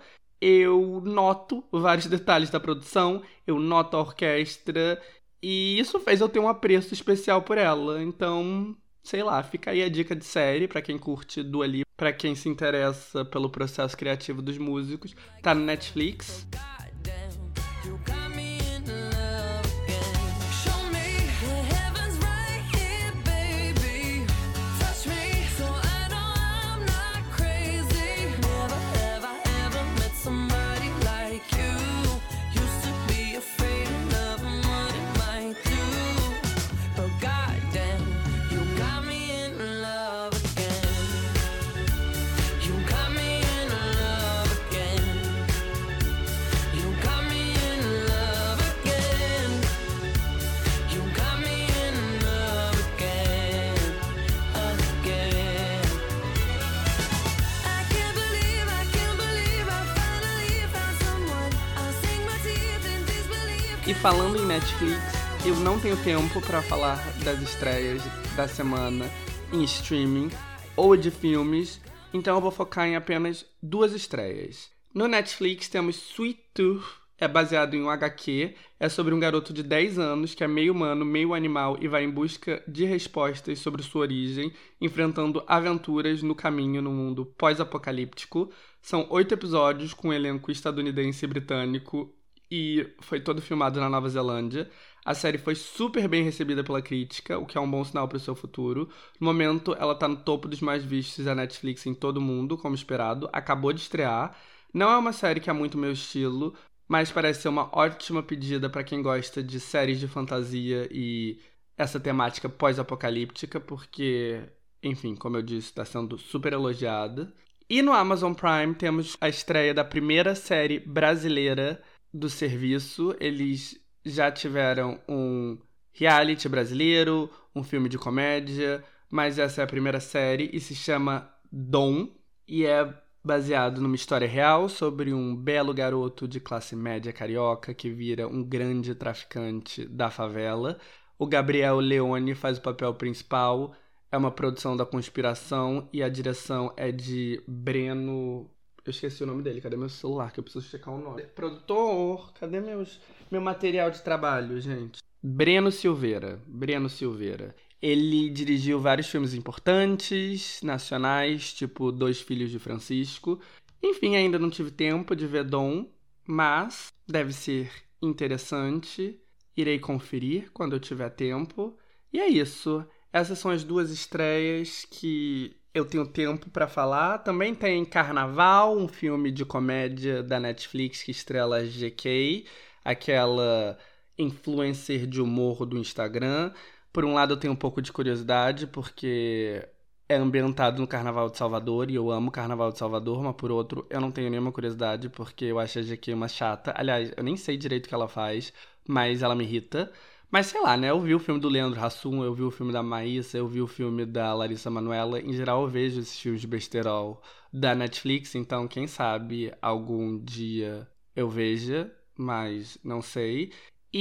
eu noto vários detalhes da produção, eu noto a orquestra, e isso fez eu ter um apreço especial por ela. Então, sei lá, fica aí a dica de série pra quem curte Dua Lipa, pra quem se interessa pelo processo criativo dos músicos. Tá no Netflix. E falando em Netflix, eu não tenho tempo para falar das estreias da semana em streaming ou de filmes, então eu vou focar em apenas 2 estreias. No Netflix temos Sweet Tooth, é baseado em um HQ, é sobre um garoto de 10 anos que é meio humano, meio animal e vai em busca de respostas sobre sua origem, enfrentando aventuras no caminho no mundo pós-apocalíptico. São 8 episódios com um elenco estadunidense e britânico, e foi todo filmado na Nova Zelândia. A série foi super bem recebida pela crítica, o que é um bom sinal para o seu futuro. No momento, ela tá no topo dos mais vistos da Netflix em todo o mundo, como esperado. Acabou de estrear. Não é uma série que é muito meu estilo, mas parece ser uma ótima pedida para quem gosta de séries de fantasia e essa temática pós-apocalíptica, porque, enfim, como eu disse, está sendo super elogiada. E no Amazon Prime temos a estreia da primeira série brasileira do serviço. Eles já tiveram um reality brasileiro, um filme de comédia, mas essa é a primeira série e se chama Dom, e é baseado numa história real sobre um belo garoto de classe média carioca que vira um grande traficante da favela. O Gabriel Leone faz o papel principal, é uma produção da Conspiração e a direção é de Breno... Eu esqueci o nome dele, cadê meu celular? Que eu preciso checar o nome. Produtor, cadê meu material de trabalho, gente? Breno Silveira. Ele dirigiu vários filmes importantes, nacionais, tipo Dois Filhos de Francisco. Enfim, ainda não tive tempo de ver Dom, mas deve ser interessante. Irei conferir quando eu tiver tempo. E é isso. Essas são as 2 estreias que eu tenho tempo pra falar. Também tem Carnaval, um filme de comédia da Netflix que estrela a GK, aquela influencer de humor do Instagram. Por um lado eu tenho um pouco de curiosidade, porque é ambientado no Carnaval de Salvador e eu amo o Carnaval de Salvador, mas por outro eu não tenho nenhuma curiosidade, porque eu acho a GK uma chata. Aliás, eu nem sei direito o que ela faz, mas ela me irrita. Mas sei lá, né? Eu vi o filme do Leandro Hassum, eu vi o filme da Maísa, eu vi o filme da Larissa Manoela. Em geral, eu vejo esses filmes de besterol da Netflix, então quem sabe algum dia eu veja, mas não sei.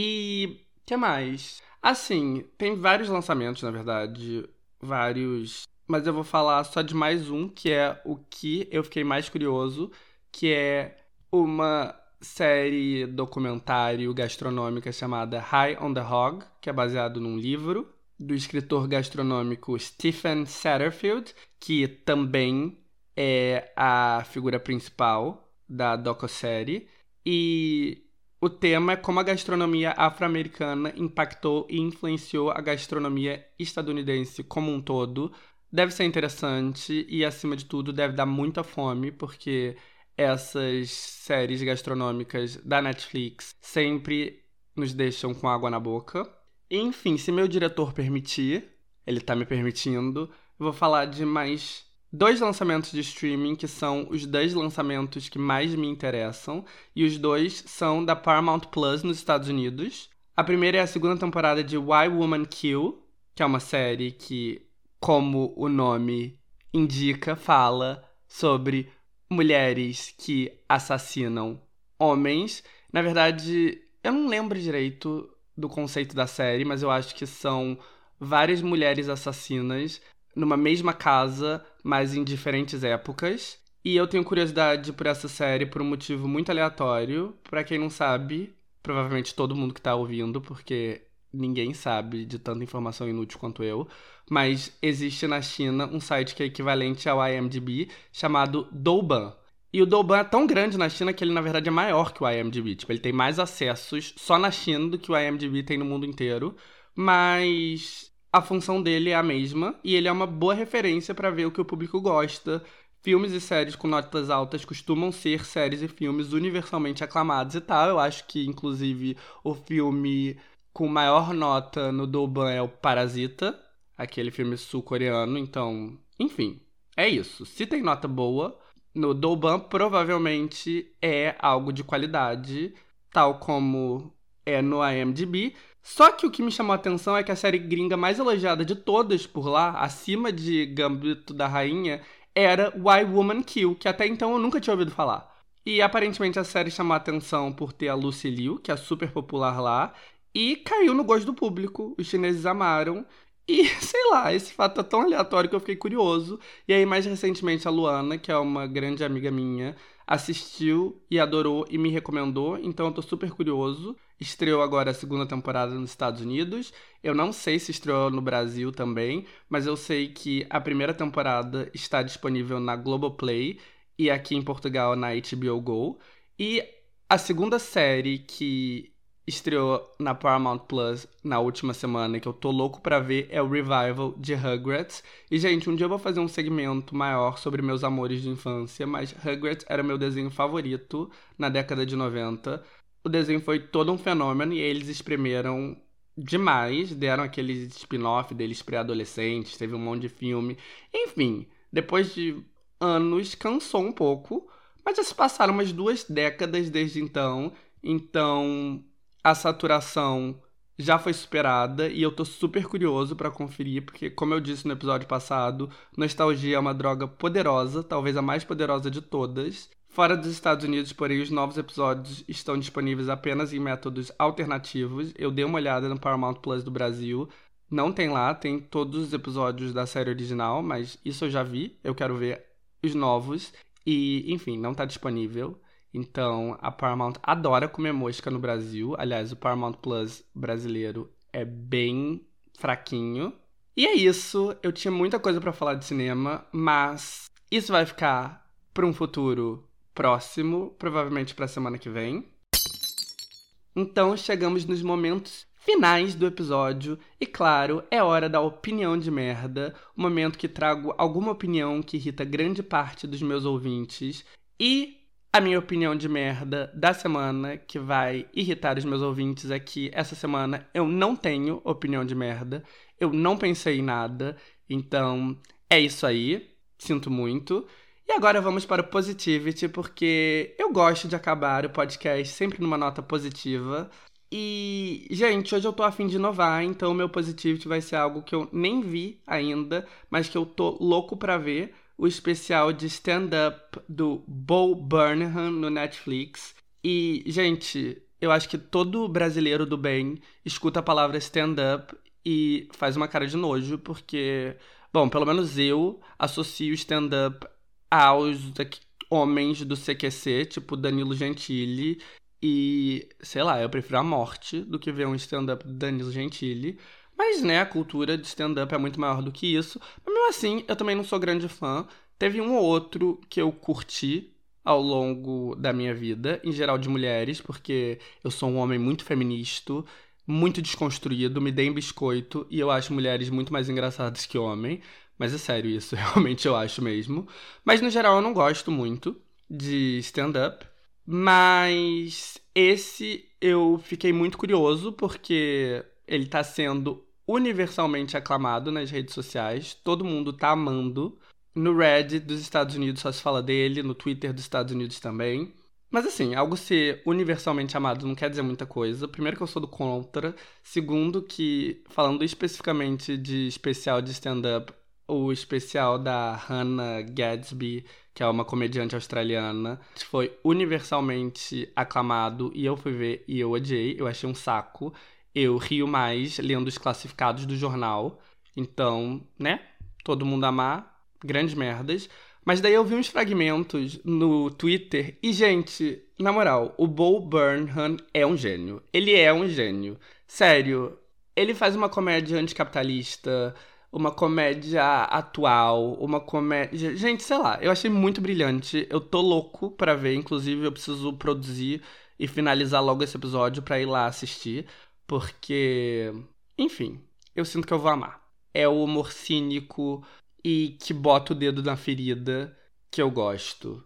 E que mais? Assim, tem vários lançamentos, na verdade, vários, mas eu vou falar só de mais um, que é o que eu fiquei mais curioso, que é uma série documentário gastronômica chamada High on the Hog, que é baseado num livro do escritor gastronômico Stephen Satterfield, que também é a figura principal da docu-série. E o tema é como a gastronomia afro-americana impactou e influenciou a gastronomia estadunidense como um todo. Deve ser interessante e, acima de tudo, deve dar muita fome, porque essas séries gastronômicas da Netflix sempre nos deixam com água na boca. Enfim, se meu diretor permitir, ele tá me permitindo, eu vou falar de mais 2 lançamentos de streaming, que são os 2 lançamentos que mais me interessam, e os 2 são da Paramount Plus nos Estados Unidos. A primeira é a 2ª temporada de Why Women Kill, que é uma série que, como o nome indica, fala sobre mulheres que assassinam homens. Na verdade, eu não lembro direito do conceito da série, mas eu acho que são várias mulheres assassinas numa mesma casa, mas em diferentes épocas. E eu tenho curiosidade por essa série por um motivo muito aleatório. Pra quem não sabe, provavelmente todo mundo que tá ouvindo, porque ninguém sabe de tanta informação inútil quanto eu, mas existe na China um site que é equivalente ao IMDb, chamado Douban. E o Douban é tão grande na China que ele, na verdade, é maior que o IMDb. Tipo, ele tem mais acessos só na China do que o IMDb tem no mundo inteiro. Mas a função dele é a mesma e ele é uma boa referência para ver o que o público gosta. Filmes e séries com notas altas costumam ser séries e filmes universalmente aclamados e tal. Eu acho que, inclusive, o filme com maior nota no Douban é o Parasita, aquele filme sul-coreano. Então, enfim, é isso. Se tem nota boa no Douban, provavelmente é algo de qualidade, tal como é no IMDb. Só que o que me chamou a atenção é que a série gringa mais elogiada de todas por lá, acima de Gambito da Rainha, era Why Women Kill, que até então eu nunca tinha ouvido falar. E aparentemente a série chamou a atenção por ter a Lucy Liu, que é super popular lá, e caiu no gosto do público. Os chineses amaram. E, sei lá, esse fato é tão aleatório que eu fiquei curioso. E aí, mais recentemente, a Luana, que é uma grande amiga minha, assistiu e adorou e me recomendou. Então eu tô super curioso. Estreou agora a 2ª temporada nos Estados Unidos. Eu não sei se estreou no Brasil também, mas eu sei que a primeira temporada está disponível na Globoplay e aqui em Portugal na HBO Go. E a segunda série que estreou na Paramount Plus na última semana, que eu tô louco pra ver, é o revival de Rugrats. E, gente, um dia eu vou fazer um segmento maior sobre meus amores de infância, mas Rugrats era meu desenho favorito na década de 90. O desenho foi todo um fenômeno e eles espremeram demais, deram aquele spin-off deles pré-adolescentes, teve um monte de filme. Enfim, depois de anos, cansou um pouco, mas já se passaram umas 2 décadas desde então. Então a saturação já foi superada e eu tô super curioso pra conferir, porque, como eu disse no episódio passado, nostalgia é uma droga poderosa, talvez a mais poderosa de todas. Fora dos Estados Unidos, porém, os novos episódios estão disponíveis apenas em métodos alternativos. Eu dei uma olhada no Paramount Plus do Brasil. Não tem lá, tem todos os episódios da série original, mas isso eu já vi. Eu quero ver os novos. E, enfim, não tá disponível. Então, a Paramount adora comer mosca no Brasil. Aliás, o Paramount Plus brasileiro é bem fraquinho. E é isso. Eu tinha muita coisa pra falar de cinema, mas isso vai ficar pra um futuro próximo, provavelmente pra semana que vem. Então, chegamos nos momentos finais do episódio e, claro, é hora da opinião de merda, o momento que trago alguma opinião que irrita grande parte dos meus ouvintes e a minha opinião de merda da semana, que vai irritar os meus ouvintes, é que essa semana eu não tenho opinião de merda, eu não pensei em nada, então é isso aí, sinto muito. E agora vamos para o Positivity, porque eu gosto de acabar o podcast sempre numa nota positiva. E, gente, hoje eu tô a fim de inovar, então o meu Positivity vai ser algo que eu nem vi ainda, mas que eu tô louco pra ver. O especial de stand-up do Bo Burnham no Netflix. E, gente, eu acho que todo brasileiro do bem escuta a palavra stand-up e faz uma cara de nojo, porque, bom, pelo menos eu associo stand-up aos homens do CQC, tipo Danilo Gentili. E, sei lá, eu prefiro a morte do que ver um stand-up do Danilo Gentili. Mas, né, a cultura de stand-up é muito maior do que isso. Mas, mesmo assim, eu também não sou grande fã. Teve um ou outro que eu curti ao longo da minha vida, em geral de mulheres, porque eu sou um homem muito feminista, muito desconstruído, me deem biscoito, e eu acho mulheres muito mais engraçadas que homem. Mas é sério isso, realmente eu acho mesmo. Mas, no geral, eu não gosto muito de stand-up. Mas esse eu fiquei muito curioso, porque ele tá sendo universalmente aclamado nas redes sociais. Todo mundo tá amando. No Reddit dos Estados Unidos só se fala dele, no Twitter dos Estados Unidos também. Mas assim, algo ser universalmente amado não quer dizer muita coisa. Primeiro que eu sou do contra. Segundo que, falando especificamente de especial de stand-up, o especial da Hannah Gadsby, que é uma comediante australiana, foi universalmente aclamado e eu fui ver e eu odiei, eu achei um saco. Eu rio mais lendo os classificados do jornal. Então, né? Todo mundo amar. Grandes merdas. Mas daí eu vi uns fragmentos no Twitter e, gente, na moral, o Bo Burnham é um gênio. Ele é um gênio. Sério, ele faz uma comédia anticapitalista, uma comédia atual, uma comédia... Gente, sei lá, eu achei muito brilhante. Eu tô louco pra ver, inclusive eu preciso produzir e finalizar logo esse episódio pra ir lá assistir. Porque, enfim, eu sinto que eu vou amar. É o humor cínico e que bota o dedo na ferida que eu gosto.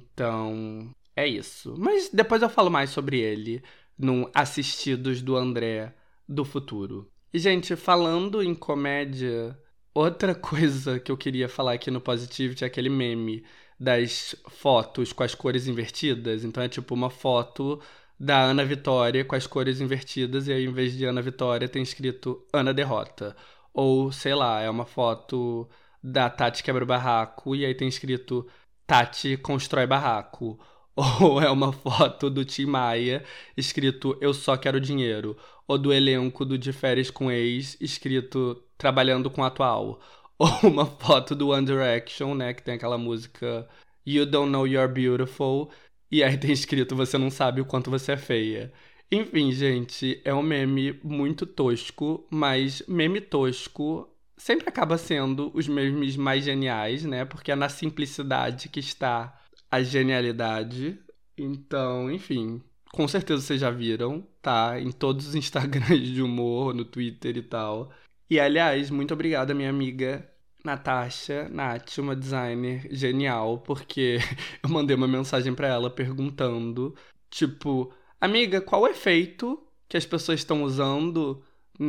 Então, é isso. Mas depois eu falo mais sobre ele no Assistidos do André do Futuro. E, gente, falando em comédia, outra coisa que eu queria falar aqui no Positivity é aquele meme das fotos com as cores invertidas. Então é tipo uma foto da Ana Vitória com as cores invertidas e aí, em vez de Ana Vitória, tem escrito Ana Derrota. Ou, sei lá, é uma foto da Tati Quebra o Barraco e aí tem escrito Tati Constrói Barraco. Ou é uma foto do Tim Maia escrito Eu Só Quero Dinheiro. Ou do elenco do De Férias com Ex escrito Trabalhando com Atual. Ou uma foto do One Direction, né, que tem aquela música You Don't Know You're Beautiful. E aí tem escrito, você não sabe o quanto você é feia. Enfim, gente, é um meme muito tosco, mas meme tosco sempre acaba sendo os memes mais geniais, né? Porque é na simplicidade que está a genialidade. Então, enfim, com certeza vocês já viram, tá? Em todos os Instagrams de humor, no Twitter e tal. E, aliás, muito obrigada, minha amiga Natasha, Nath, uma designer genial, porque eu mandei uma mensagem pra ela perguntando, tipo, amiga, qual o efeito que as pessoas estão usando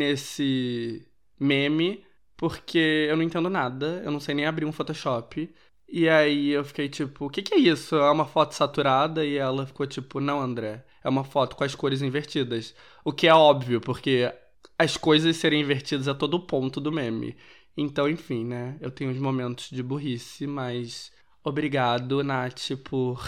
nesse meme? Porque eu não entendo nada, eu não sei nem abrir um Photoshop. E aí eu fiquei tipo, o que é isso? É uma foto saturada? E ela ficou tipo, não, André, é uma foto com as cores invertidas. O que é óbvio, porque as coisas serem invertidas é todo o ponto do meme. Então, enfim, né? Eu tenho uns momentos de burrice, mas obrigado, Nath, por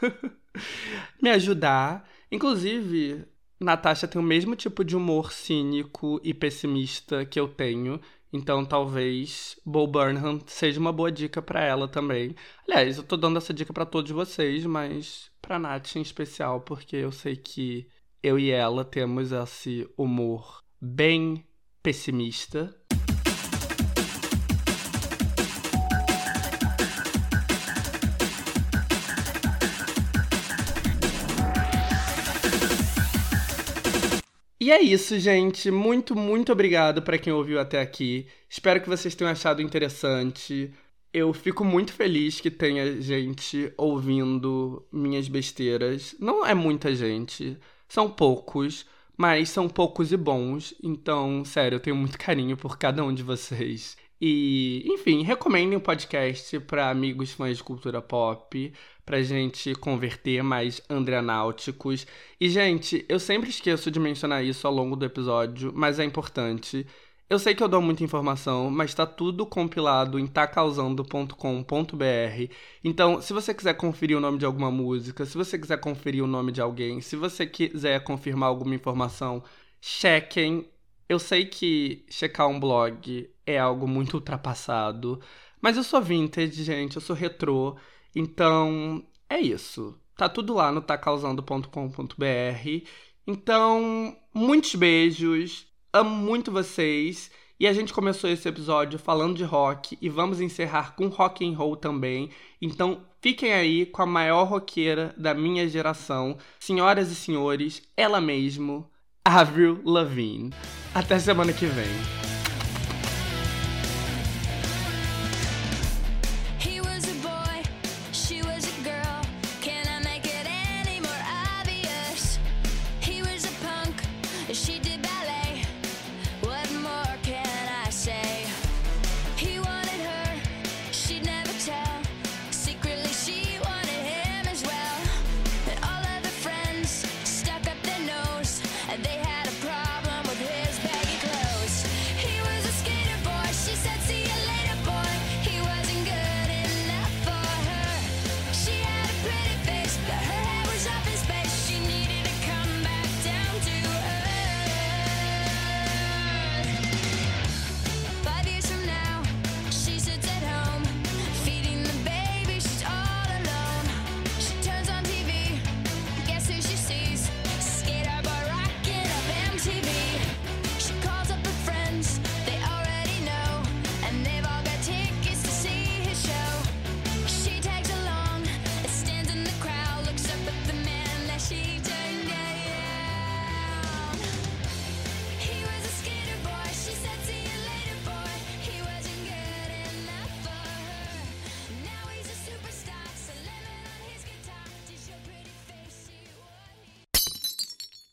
me ajudar. Inclusive, Natasha tem o mesmo tipo de humor cínico e pessimista que eu tenho. Então, talvez Bo Burnham seja uma boa dica pra ela também. Aliás, eu tô dando essa dica pra todos vocês, mas pra Nath em especial, porque eu sei que eu e ela temos esse humor bem pessimista. E é isso, gente. Muito, muito obrigado para quem ouviu até aqui. Espero que vocês tenham achado interessante. Eu fico muito feliz que tenha gente ouvindo minhas besteiras. Não é muita gente, são poucos, mas são poucos e bons. Então, sério, eu tenho muito carinho por cada um de vocês. E, enfim, recomendem o podcast para amigos fãs de cultura pop, pra gente converter mais andreanáuticos. E, gente, eu sempre esqueço de mencionar isso ao longo do episódio, mas é importante. Eu sei que eu dou muita informação, mas tá tudo compilado em tacausando.com.br. Então, se você quiser conferir o nome de alguma música, se você quiser conferir o nome de alguém, se você quiser confirmar alguma informação, chequem. Eu sei que checar um blog é algo muito ultrapassado, mas eu sou vintage, gente, eu sou retrô, então é isso. Tá tudo lá no tacausando.com.br. Então, muitos beijos, amo muito vocês. E a gente começou esse episódio falando de rock e vamos encerrar com rock and roll também. Então, fiquem aí com a maior roqueira da minha geração, senhoras e senhores, ela mesmo, Avril Lavigne. Até semana que vem.